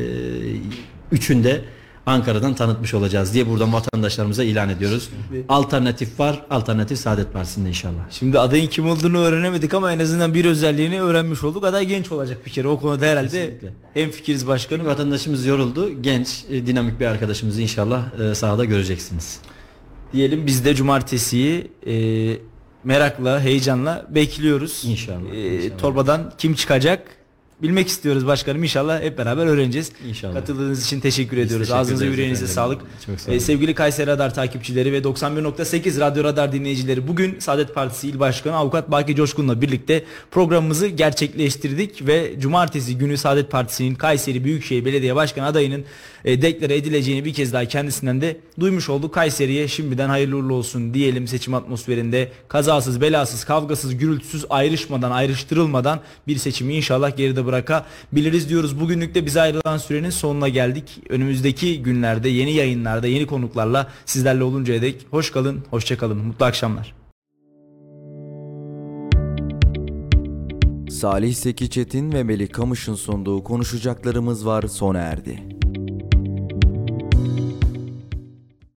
üçünde Ankara'dan tanıtmış olacağız diye buradan vatandaşlarımıza ilan ediyoruz. Alternatif var. Alternatif Saadet Partisi'nde inşallah. Şimdi adayın kim olduğunu öğrenemedik ama en azından bir özelliğini öğrenmiş olduk. Aday genç olacak bir kere. O konuda herhalde Kesinlikle. hemfikiriz başkanım. Vatandaşımız yoruldu. Genç, e, dinamik bir arkadaşımızı inşallah e, sahada göreceksiniz. Diyelim biz de cumartesiyi e, merakla, heyecanla bekliyoruz. İnşallah, E, inşallah. Torbadan kim çıkacak? Bilmek istiyoruz başkanım. İnşallah hep beraber öğreneceğiz. İnşallah. Katıldığınız için teşekkür Biz ediyoruz. teşekkür Ağzınıza ederiz yüreğinize efendim. sağlık. Çok sağ olun. Ee, sevgili Kayseri Radar takipçileri ve doksan bir nokta sekiz Radyo Radar dinleyicileri, bugün Saadet Partisi İl Başkanı Avukat Baki Coşkun'la birlikte programımızı gerçekleştirdik ve cumartesi günü Saadet Partisi'nin Kayseri Büyükşehir Belediye Başkanı adayının e, deklare edileceğini bir kez daha kendisinden de duymuş olduk. Kayseri'ye şimdiden hayırlı uğurlu olsun diyelim. Seçim atmosferinde kazasız, belasız, kavgasız, gürültüsüz, ayrışmadan, ayrıştırılmadan bir seçimi inşallah geride bırakabiliriz diyoruz. Bugünlük de bize ayrılan sürenin sonuna geldik. Önümüzdeki günlerde yeni yayınlarda, yeni konuklarla sizlerle oluncaya dek hoş kalın, hoşça kalın. Mutlu akşamlar. Salih Zeki Çetin ve Melih Kamış'ın sunduğu konuşacaklarımız var sona erdi.